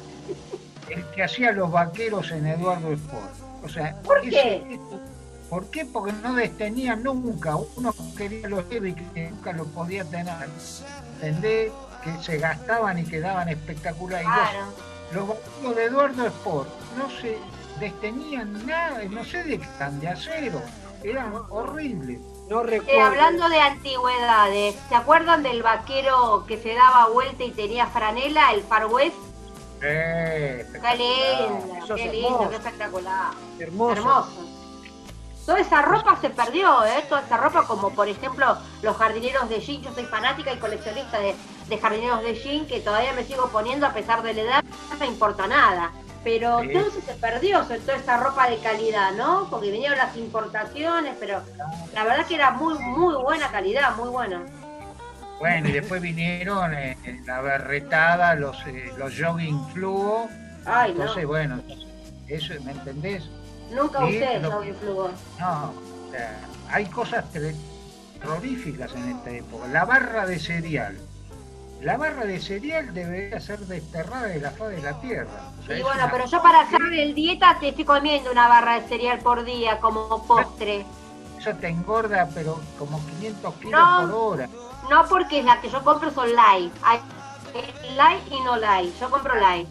El que hacía los vaqueros en Eduardo Sport. O sea, ¿Por ese- qué? ¿Por qué? Porque no destenían nunca. Uno quería los heavy que nunca los podía tener. ¿Entendés? Que se gastaban y quedaban espectaculares. Y los- Claro. Los vaqueros de Eduardo Sport no se destenían nada, no sé de qué están, de acero. Eran horribles. No Eh, recuerdo. hablando de antigüedades, ¿se acuerdan del vaquero que se daba vuelta y tenía franela, el Far West? Eh, Qué lindo, Eso qué es lindo, hermoso. qué espectacular. Hermoso. Hermoso. Toda esa ropa se perdió, ¿eh? Toda esa ropa, como por ejemplo los jardineros de jean. Yo soy fanática y coleccionista de, de jardineros de jean, que todavía me sigo poniendo a pesar de la edad, no me importa nada. Pero Sí. todo eso se perdió, sobre todo esa ropa de calidad, ¿no? Porque vinieron las importaciones, pero la verdad que era muy, muy buena calidad, muy buena. Bueno, y después vinieron eh, en la berretada, los, eh, los jogging fluo. Ay, no, Entonces, bueno, eso, ¿me entendés? nunca sí, usé el lo- jogging fluo. No, o sea, hay cosas ter- terroríficas en esta época. La barra de cereal. La barra de cereal debería ser desterrada de la faz de la tierra. O sea, Y es bueno, una- pero yo para hacer el dieta te estoy comiendo una barra de cereal por día como postre. Eso te engorda, pero como quinientos kilos No. por hora. No, porque las que yo compro son light. Hay light y no light. Yo compro light.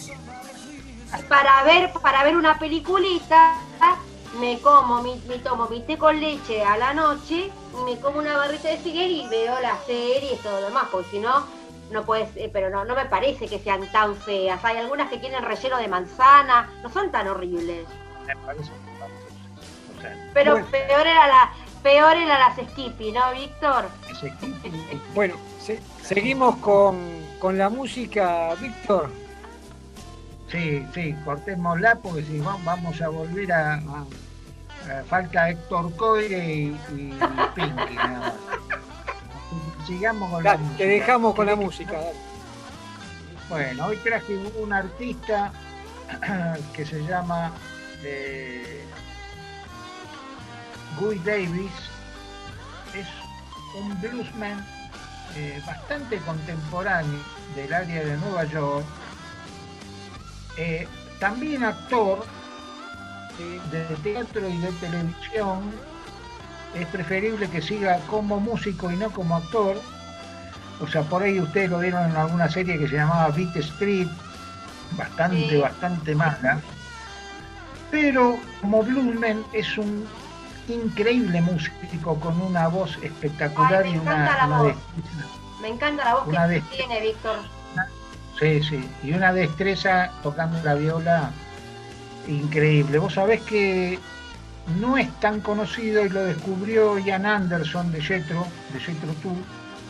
Para ver, para ver una peliculita, me como, mi, me tomo mi té con leche a la noche, y me como una barrita de cereal y veo la serie y todo lo demás, porque si no, no puedes, eh, pero no, no me parece que sean tan feas. Hay algunas que tienen relleno de manzana, no son tan horribles. Me parece espantoso. O sea, Pero Bueno. peor era la, peor era las Skippy, ¿no, Víctor? ese equipo- Bueno, se- seguimos con, con la música, Víctor. Sí, sí, cortémosla porque si vamos, vamos a volver a, a- a- falta Héctor Coire y, y Pinky nada más. Sigamos con la Dale, música. te dejamos con la música. Dale. Bueno, hoy traje un artista que se llama eh, Guy Davis. Es un bluesman eh, bastante contemporáneo del área de Nueva York. Eh, también actor Sí. de teatro y de televisión, es preferible que siga como músico y no como actor. O sea, por ahí ustedes lo vieron en alguna serie que se llamaba Beat Street, bastante, sí. bastante mala. Pero como bluesman es un increíble músico con una voz espectacular. Ay, y una, una destreza. Me encanta la voz una que dest- tiene, Víctor. Sí, sí, y una destreza tocando la viola increíble. Vos sabés que no es tan conocido y lo descubrió Ian Anderson de Jethro, de Jethro Tull,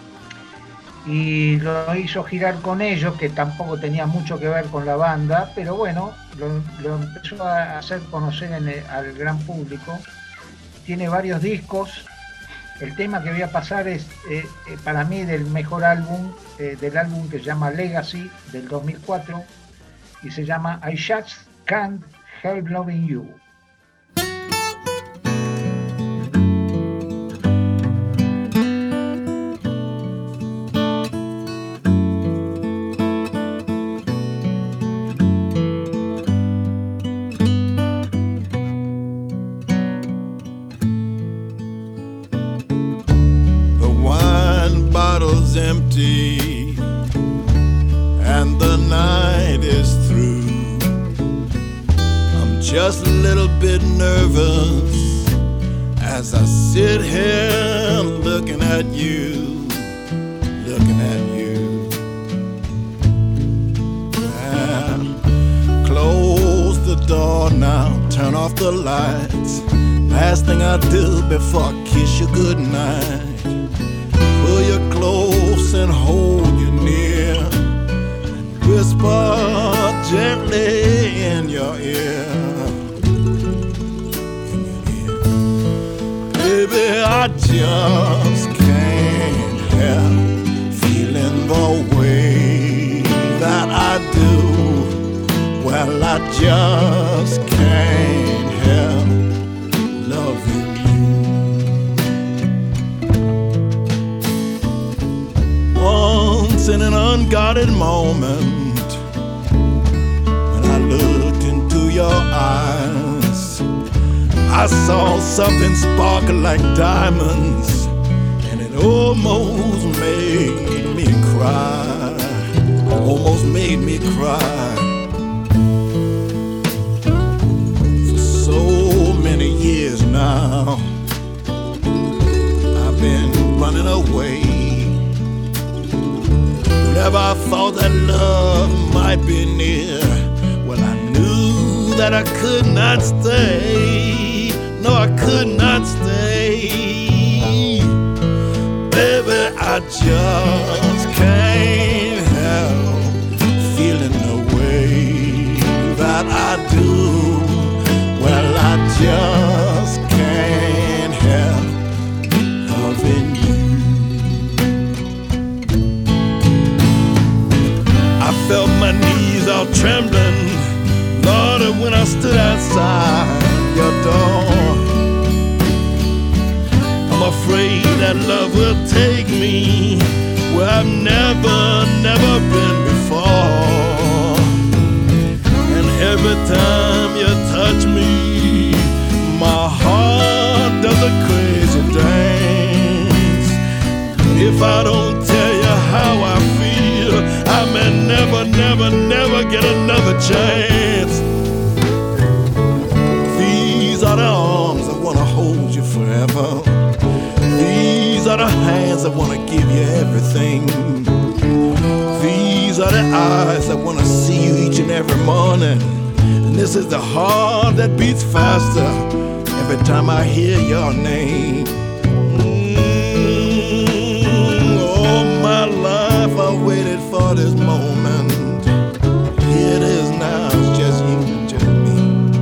y lo hizo girar con ellos, que tampoco tenía mucho que ver con la banda, pero bueno, lo, lo empezó a hacer conocer en el, al gran público. Tiene varios discos. El tema que voy a pasar es eh, eh, para mí del mejor álbum, eh, del álbum que se llama Legacy, del dos mil cuatro, y se llama I Just Can't Help Loving You. Empty and the night is through. I'm just a little bit nervous as I sit here looking at you, looking at you. And close the door now, turn off the lights. Last thing I do before I kiss you goodnight. Pull you close and hold you near, and whisper gently in your ear, in your ear. Baby, I just can't help feeling the way that I do. Well, I just can't help loving you. Once in an unguarded moment, when I looked into your eyes, I saw something sparkle like diamonds, and it almost made me cry, almost made me cry. For so many years now, I've been running away. Whenever I thought that love might be near, well, I knew that I could not stay. No, I could not stay. Baby, I just can't help feeling the way that I do. Well, I just can't help loving you. I felt my knees all trembling, Lord, when I stood outside your door. I'm afraid that love will take me where I've never, never been before. And every time you touch me, my heart does a crazy dance. If I don't tell you how I feel, I may never, never, never get another chance. These are the arms that wanna hold you forever. These are the hands that wanna give you everything. These are the eyes that wanna see you each and every morning. And this is the heart that beats faster every time I hear your name. I waited for this moment. Here it is now, it's just you and just me.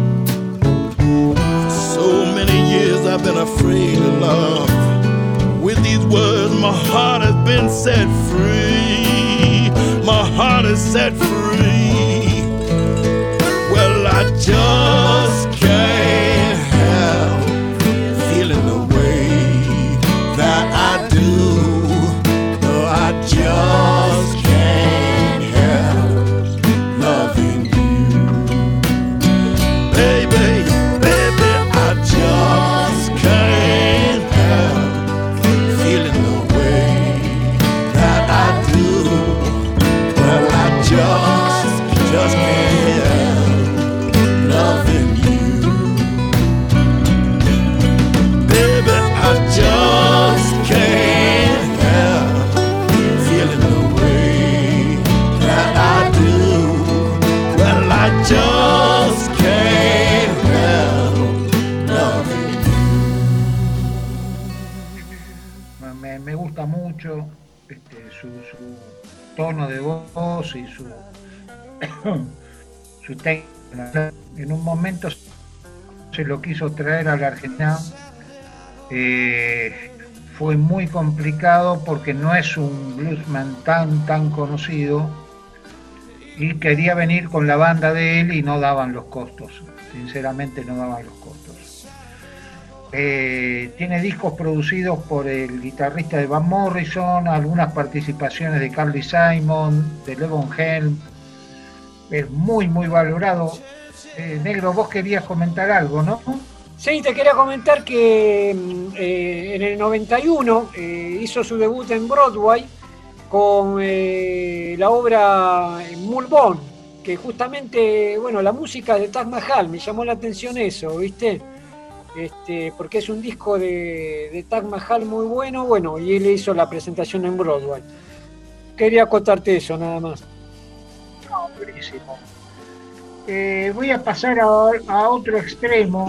For so many years I've been afraid of love. With these words my heart has been set free. My heart is set free. Well, I just can't help feeling the way that I do. I just can't help loving you. Baby, baby, I just can't gusta mucho este, su, su tono de voz y su, su técnica. En un momento se lo quiso traer a la Argentina, eh, fue muy complicado porque no es un bluesman tan tan conocido y quería venir con la banda de él y no daban los costos, sinceramente no daban los costos. Eh, tiene discos producidos por el guitarrista de Van Morrison, algunas participaciones de Carly Simon, de Levon Helm, es muy muy valorado. Eh, Negro, vos querías comentar algo, ¿no? Sí, te quería comentar que eh, en el noventa y uno eh, hizo su debut en Broadway con eh, la obra Mulholland, que justamente, bueno, la música de Taj Mahal, me llamó la atención eso, ¿viste? Este, porque es un disco de, de Taj Mahal muy bueno, bueno, y él hizo la presentación en Broadway. Quería contarte eso, nada más. No, buenísimo. Eh, voy a pasar a, a otro extremo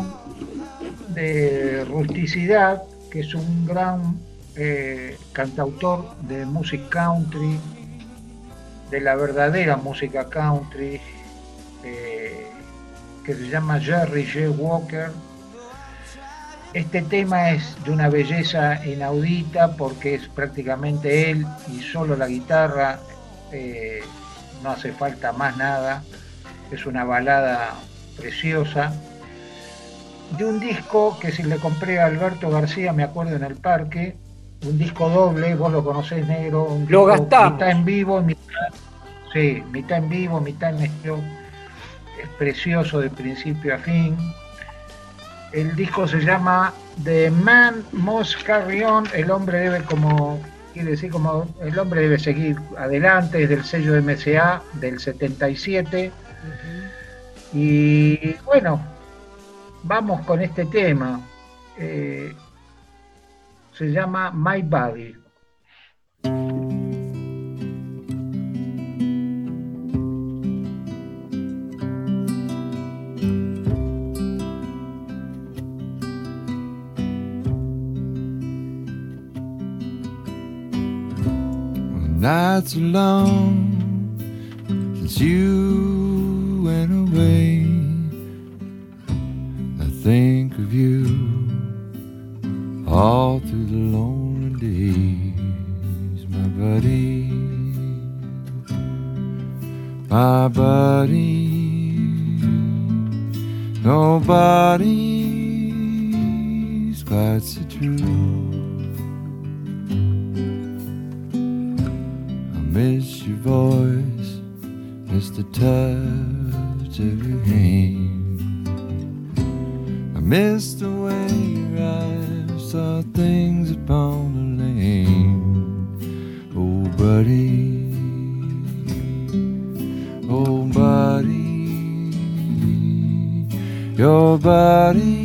de rusticidad, que es un gran eh, cantautor de music country, de la verdadera música country, eh, que se llama Jerry J. Walker. Este tema es de una belleza inaudita porque es prácticamente él y solo la guitarra, eh, no hace falta más nada, es una balada preciosa. De un disco que si le compré a Alberto García, me acuerdo, en el parque, un disco doble, vos lo conocés, Negro, un lo disco, gastamos. Mitad en vivo, mitad, sí, mitad en vivo, mitad en estéreo, es precioso de principio a fin. El disco se llama The Man Must Carry On, el hombre debe, como quiere decir, como el hombre debe seguir adelante, es del sello M S A del setenta y siete. Uh-huh. Y bueno, vamos con este tema, eh, se llama My Body. Not so long since you went away. I think of you all through the lonely days, my buddy, my buddy. Nobody's quite so true. Miss your voice, miss the touch of your hand. I miss the way your eyes saw things upon the land. Oh, buddy, oh, buddy, your body.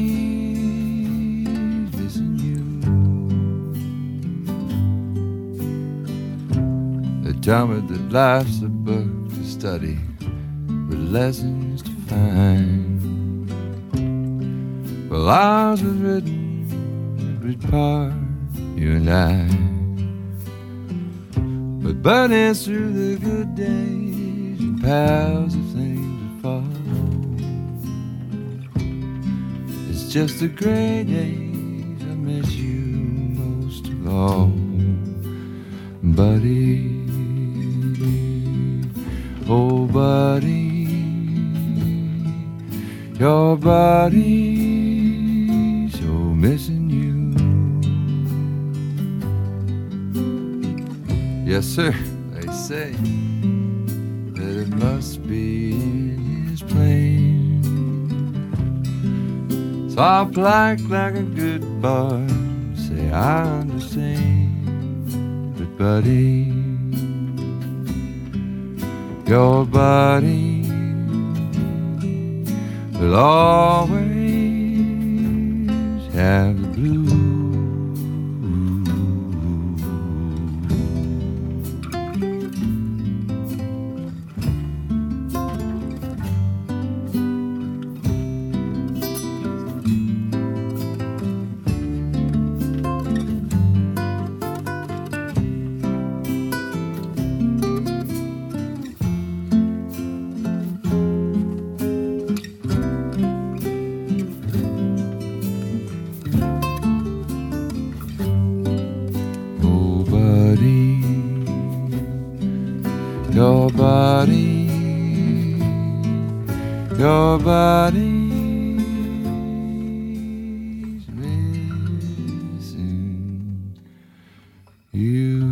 Tell me that life's a book to study with lessons to find. Well, ours was written every part, you and I. But buddies through the good days and pals of things that follow. It's just the gray days I miss you most of all, buddy. Oh, buddy, your body's so missing you. Yes, sir, they say that it must be in his plane. Soft like, like a good boy, say I understand. But buddy, your body will always have the blues. Your body, your body's missing you.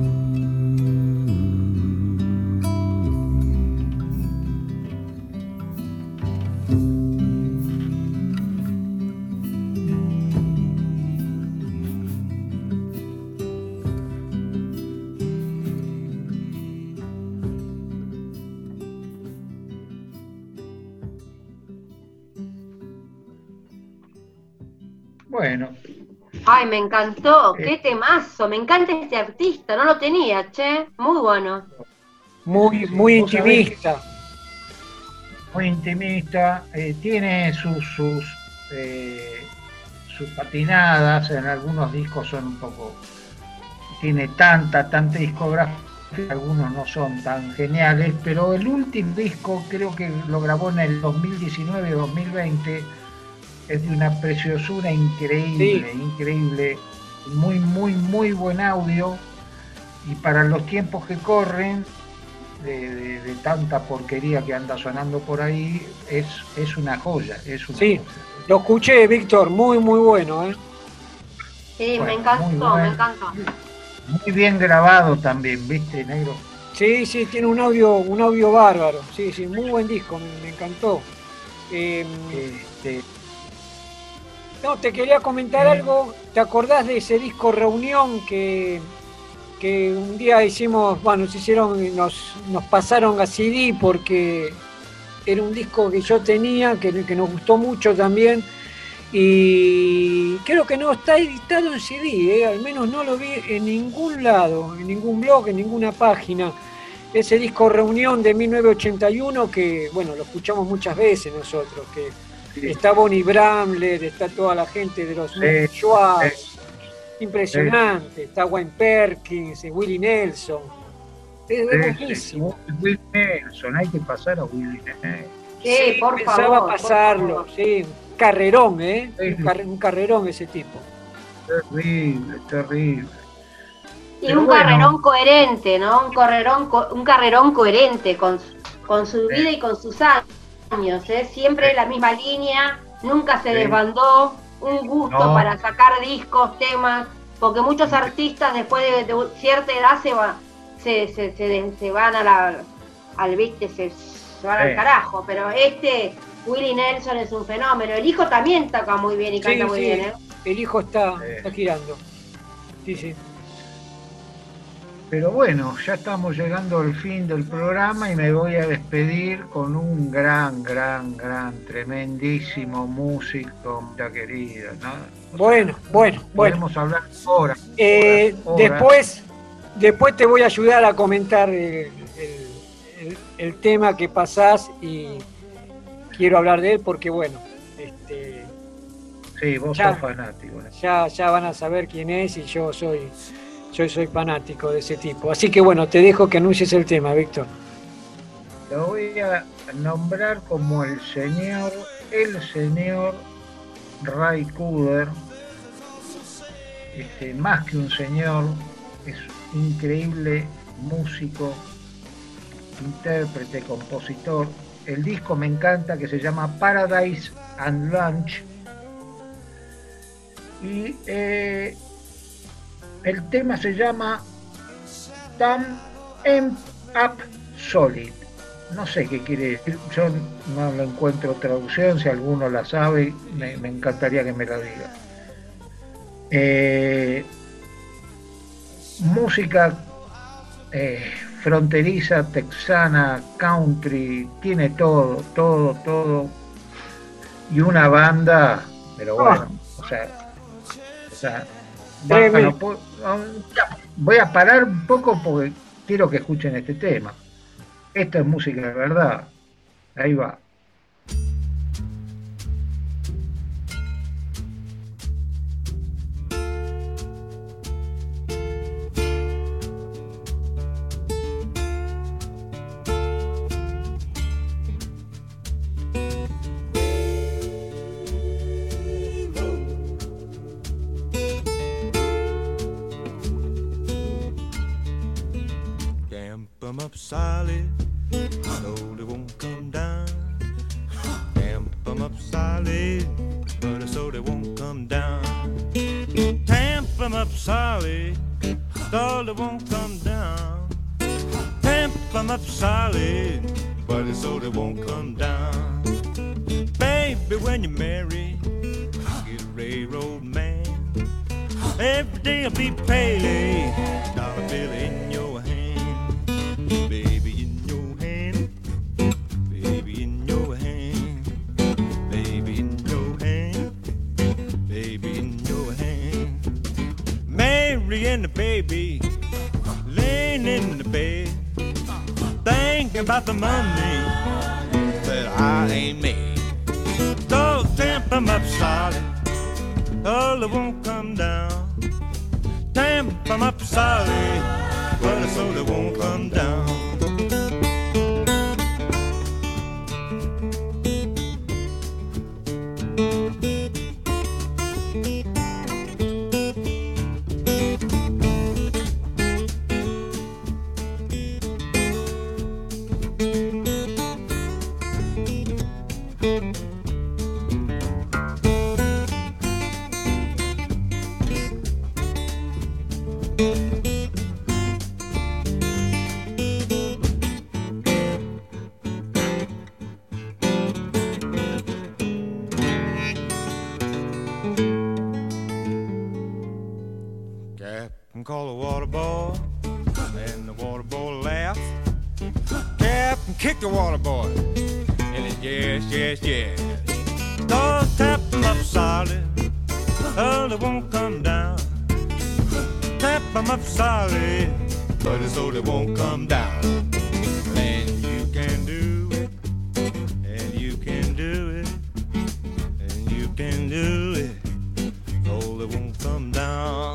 Bueno. Ay, me encantó, qué temazo, me encanta este artista, no lo tenía, che, muy bueno. Muy, muy intimista. Muy intimista, eh, tiene sus, sus, eh, sus patinadas, en algunos discos son un poco, tiene tanta, tanta discografía, algunos no son tan geniales, pero el último disco creo que lo grabó en el dos mil diecinueve dos mil veinte, es de una preciosura increíble, sí. increíble, muy, muy, muy buen audio, y para los tiempos que corren, de, de, de tanta porquería que anda sonando por ahí, es, es una joya, es una sí, joya. Lo escuché, Víctor, muy, muy bueno, ¿eh? Sí, bueno, me encantó, bueno. me encantó. Muy bien grabado también, ¿viste, negro? Sí, sí, tiene un audio, un audio bárbaro, sí, sí, muy buen disco, me, me encantó. Eh, este... No, te quería comentar sí. algo. ¿Te acordás de ese disco Reunión que, que un día hicimos, bueno, nos hicieron, nos, nos pasaron a C D porque era un disco que yo tenía, que, que nos gustó mucho también, y creo que no está editado en C D, ¿eh? Al menos no lo vi en ningún lado, en ningún blog, en ninguna página. Ese disco Reunión de mil novecientos ochenta y uno que, bueno, lo escuchamos muchas veces nosotros, que sí. Está Bonnie Bramlett, está toda la gente de los sí. Schwartz, sí. Impresionante, sí. Está Wayne Perkins, Willie Nelson, es buenísimo. Sí, sí. Willie Nelson, hay que pasar a Willie Nelson. Sí, sí, por pensaba favor. pasarlo, por favor. sí, un carrerón, ¿eh? Sí. Un, car un carrerón ese tipo. Terrible, terrible. Y Pero un bueno. carrerón coherente, ¿no? Un carrerón, un carrerón coherente con, con su vida sí. y con sus años. Años, ¿eh? Siempre sí. la misma línea, nunca se sí. desbandó, un gusto no. para sacar discos, temas, porque muchos artistas después de, de cierta edad se, va, se, se, se, se van a la, al viste, se, se van sí. al carajo, pero este Willie Nelson es un fenómeno, el hijo también toca muy bien y sí, canta muy sí. bien, ¿eh? El hijo está, sí. está girando, sí, sí. Pero bueno, ya estamos llegando al fin del programa y me voy a despedir con un gran, gran, gran, tremendísimo músico, ya querida, ¿no? O bueno, sea, bueno, podemos bueno. hablar horas, eh, horas, Después, después te voy a ayudar a comentar el, el, el, el tema que pasás y quiero hablar de él porque, bueno, este, sí, vos ya, sos fanático. ¿eh? Ya, ya van a saber quién es y yo soy... Yo soy fanático de ese tipo. Así que bueno, te dejo que anuncies el tema, Víctor. Lo voy a nombrar como el señor, el señor Ray Cooder. Este, más que un señor, es un increíble músico, intérprete, compositor. El disco me encanta, que se llama Paradise and Lunch. Y eh, el tema se llama Thumb Up Solid. No sé qué quiere decir, yo no lo encuentro traducción, si alguno la sabe, me, me encantaría que me la diga. Eh, música eh, fronteriza, texana, country, tiene todo, todo, todo. Y una banda, pero bueno, oh. o sea, o sea bueno, voy a parar un poco porque quiero que escuchen este tema. Esto es música de verdad. Ahí va. Tamp 'em up solid, so they won't come down. Tamp 'em up solid, but so they won't come down. Tamp 'em up solid, so they won't come down. Tamp 'em up solid, but so they won't come down. Baby, when you marry, get a railroad man. Every day will be payday, dollar bill in your hand. Baby in your hand, baby in your hand, baby in your hand, baby in your hand. Mary and the baby laying in the bed, thinking about the money that I ain't made. So tamp 'em up solid, oh, it won't come down. Tamp 'em up solid, but so they won't come down. Captain called the water boy, and the water boy laughed. Captain kicked the water boy, and it yes, yes, yes. Don't tap 'em up solid, oh, they won't come down. Tap 'em up solid, but it's so they won't come down. And you can do it, and you can do it, and you can do it, so they won't come down.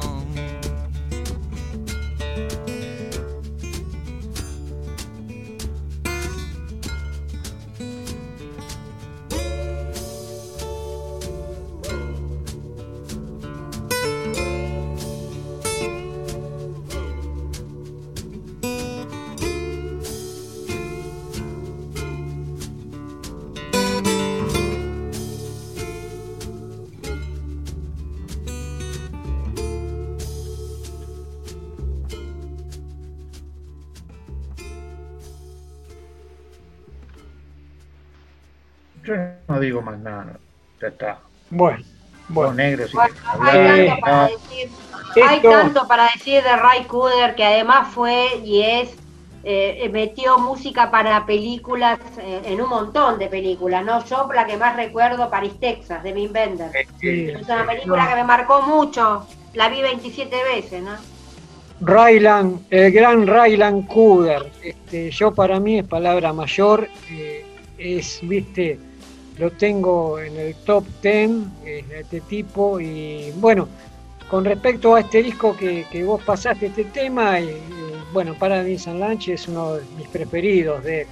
Yo no digo más nada, ya está. Bueno, bueno. Vos, negro, si Bueno, querés hay, hablar, tanto para ah, decir, hay Esto- tanto para decir de Ray Cooder, que además fue y es, eh, metió música para películas, eh, en un montón de películas, ¿no? Yo la que más recuerdo, Paris, Texas, de Wim Wenders. Sí. Es una película que me marcó mucho, la vi veintisiete veces, ¿no? Ryland, el gran Ryland Cooder, este, yo para mí es palabra mayor, eh, es, viste, lo tengo en el top ten, eh, de este tipo, y bueno, con respecto a este disco que, que vos pasaste, este tema, y, y, bueno, Paradise and Lunch es uno de mis preferidos de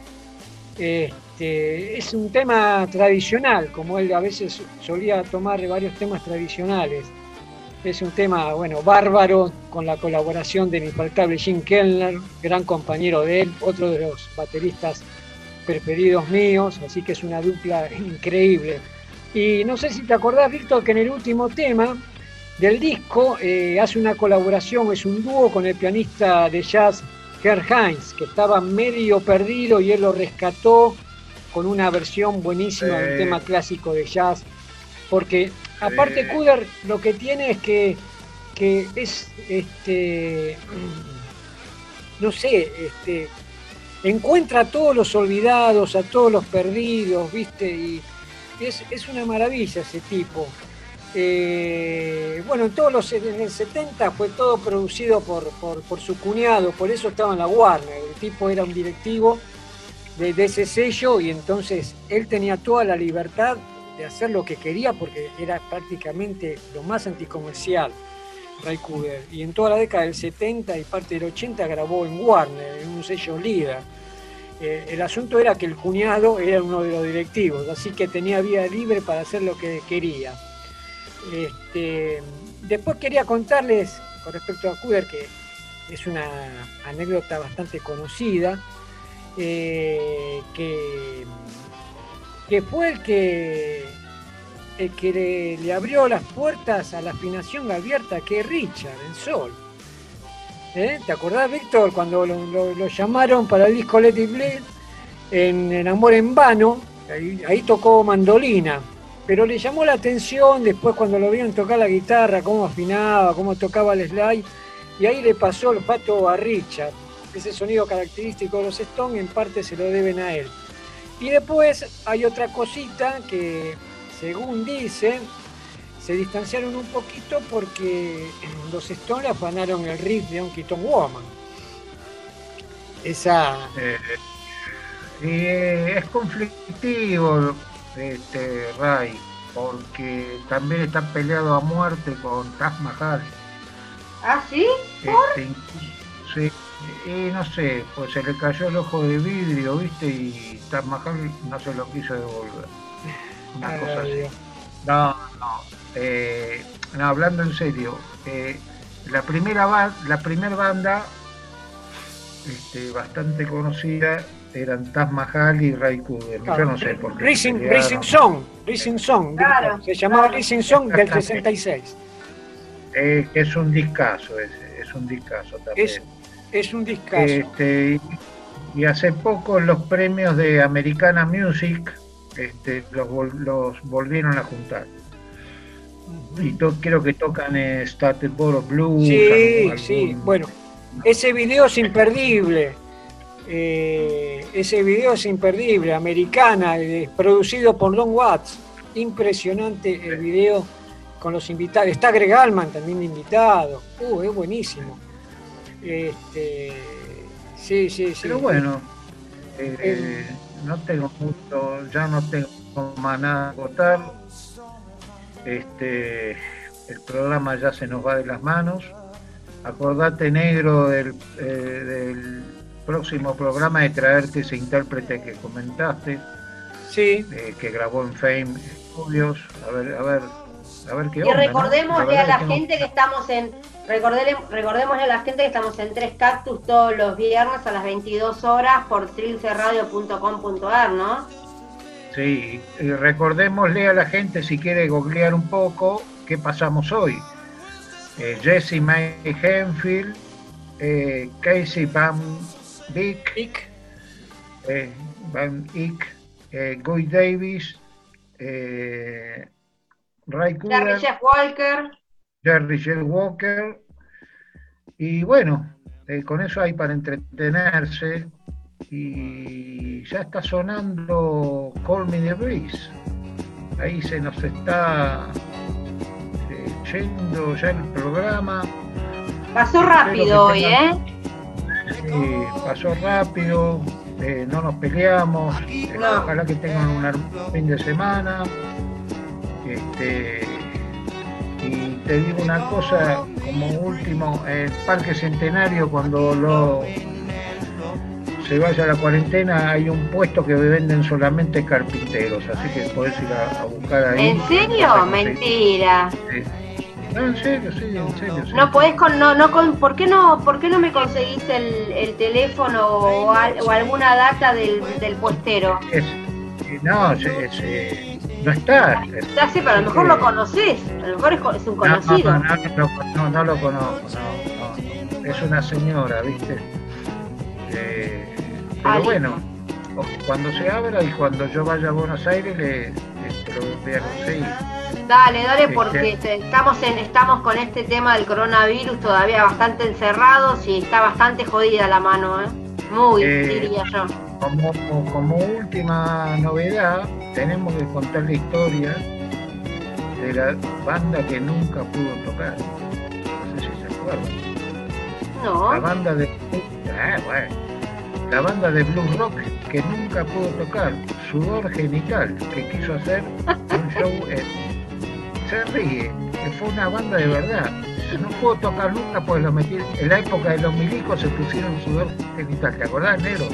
este, es un tema tradicional, como él a veces solía tomar varios temas tradicionales. Es un tema, bueno, bárbaro, con la colaboración del infaltable Jim Kellner, gran compañero de él, otro de los bateristas preferidos míos, así que es una dupla increíble. Y no sé si te acordás, Víctor, que en el último tema del disco eh, hace una colaboración, es un dúo con el pianista de jazz Herb Hines, que estaba medio perdido y él lo rescató con una versión buenísima de un tema clásico de jazz, porque aparte Cooder lo que tiene es que, que es, este, no sé, este, encuentra a todos los olvidados, a todos los perdidos, ¿viste? Y es, es una maravilla ese tipo. Eh, bueno, en todos los en el setenta fue todo producido por, por, por su cuñado, por eso estaba en la Warner. El tipo era un directivo de, de ese sello y entonces él tenía toda la libertad de hacer lo que quería porque era prácticamente lo más anticomercial, Ray Cooder. Y en toda la década del setenta y parte del ochenta grabó en Warner, en un sello líder. Eh, el asunto era que el cuñado era uno de los directivos, así que tenía vía libre para hacer lo que quería. Este, después quería contarles, con respecto a Cooder, que es una anécdota bastante conocida, eh, que, que fue el que, el que le, le abrió las puertas a la afinación abierta, que es Richard, en sol. ¿Eh? ¿Te acordás, Víctor, cuando lo, lo, lo llamaron para el disco Let It Bleed, en El Amor en Vano? Ahí, ahí tocó mandolina, pero le llamó la atención después cuando lo vieron tocar la guitarra, cómo afinaba, cómo tocaba el slide, y ahí le pasó el pato a Richard. Ese sonido característico de los Stones en parte se lo deben a él. Y después hay otra cosita que, según dicen, se distanciaron un poquito porque los Stones afanaron el riff de Honky Tonk Woman. Esa... Eh, y es conflictivo, este, Ray, porque también está peleado a muerte con Taj Mahal. ¿Ah, sí? Este, sí, y no sé, pues se le cayó el ojo de vidrio, ¿viste? Y Taj Mahal no se lo quiso devolver. Una Ay, cosa así. Dios. No, no, eh, no, hablando en serio, eh, la primera ba- la primera banda, este, bastante conocida, eran Taj Mahal y Ray Cooder. Yo no sé por qué. Rising, pelearon. Rising Song, Rising Song, Claro, se llamaba claro. Rising Song del sesenta y seis. Eh, es un discazo ese, es un discazo también. Es, es un discazo. Este, y hace poco los premios de Americana Music este, los, vol- los volvieron a juntar. Y to- creo que tocan eh, Stateboro Blues. Sí, algún- sí, algún- bueno, ese video es imperdible. Eh, ese video es imperdible, Americana, eh, producido por Long Watts. Impresionante el video con los invitados. Está Greg Allman también de invitado. Uh, es buenísimo. Este, sí, sí, sí. Pero bueno, eh, Eh, no tengo mucho, ya no tengo más nada que contar. Este, el programa ya se nos va de las manos. Acordate, negro, del, eh, del próximo programa de traerte ese intérprete que comentaste, Sí, eh, que grabó en Fame Studios. A ver, a ver, a ver qué Y onda, ¿no? recordémosle verdad a la es que no- gente que estamos en, recordele- recordémosle a la gente que estamos en Tres Cactus todos los viernes a las veintidós horas por trilce radio punto com punto a r, ¿no? Sí, y recordémosle a la gente, si quiere googlear un poco, qué pasamos hoy. Eh, Jesse May Henfield, eh, Casey Van Beek, Ick. eh, Van Eyck, eh, Guy Davis, eh, Ray Jerry Cooder, Jeff Walker. Jerry Jeff Walker, y bueno, eh, con eso hay para entretenerse. Y ya está sonando Call Me the Breeze. Ahí se nos está eh, yendo ya el programa. Pasó rápido hoy, tengan- ¿eh? Eh, pasó rápido, eh, no nos peleamos. eh, No. Ojalá que tengan un hermoso fin de semana. Este, y te digo una cosa, como último, el Parque Centenario, cuando lo se vaya a la cuarentena, hay un puesto que venden solamente carpinteros, así que podés ir a, a buscar ahí. ¿En serio? Vas a conseguir- Mentira. Sí. No, en serio, sí, en serio. sí. No podés con, no, no con, ¿por qué no, por qué no me conseguís el, el teléfono o, al- o alguna data del, del puestero? Es- eh, no, es- es, eh, no está. es- Ya sé, pero a lo mejor eh, lo conocés, a lo mejor es, co- es un no, conocido. No, no, no, no, no lo conozco, no, no. Es una señora, ¿viste? Eh, pero Ali. bueno, o- cuando se abra y cuando yo vaya a Buenos Aires, le, le- te lo voy a conseguir. Dale, dale, Sí, porque sí. este, estamos en, estamos con este tema del coronavirus todavía bastante encerrados y está bastante jodida la mano, ¿eh? Muy, Eh, diría yo. Como, como última novedad, tenemos que contar la historia de la banda que nunca pudo tocar. No sé si se acuerdan. La No, banda de ah, bueno. La banda de blues rock que nunca pudo tocar, Sudor Genital, que quiso hacer un show en... Se ríe, que fue una banda de verdad. No pudo tocar nunca, pues lo metí en la época de los milicos, se pusieron Sudor Genital. ¿Te acordás, negro?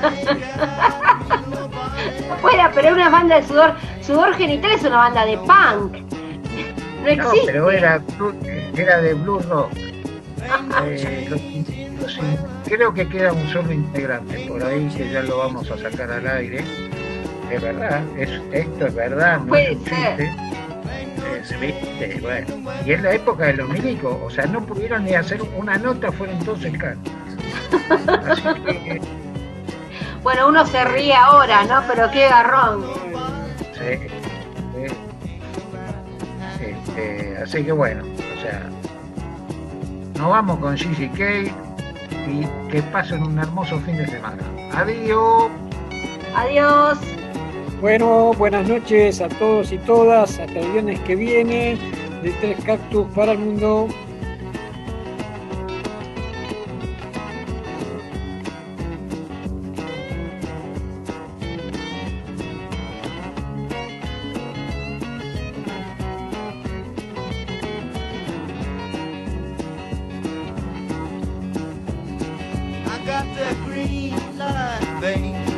fuera, pero era una banda de sudor. Sudor Genital es una banda de punk. No No, existe. pero era, era de blues rock. Eh, los, sí, creo que queda un solo integrante por ahí que ya lo vamos a sacar al aire. Es verdad, es, esto es verdad, no es un chiste. Es, ¿viste? Bueno, y es la época de los milicos, o sea, no pudieron ni hacer una nota, fueron todos el can. Así que. Bueno, uno se ríe ahora, ¿no? Pero qué garrón. Sí. sí. Este, así que bueno, o sea, nos vamos con G C K y que pasen un hermoso fin de semana. Adiós. Adiós. Bueno, buenas noches a todos y todas. Hasta el viernes que viene de Tres Cactus para el Mundo. I got that green light, babe.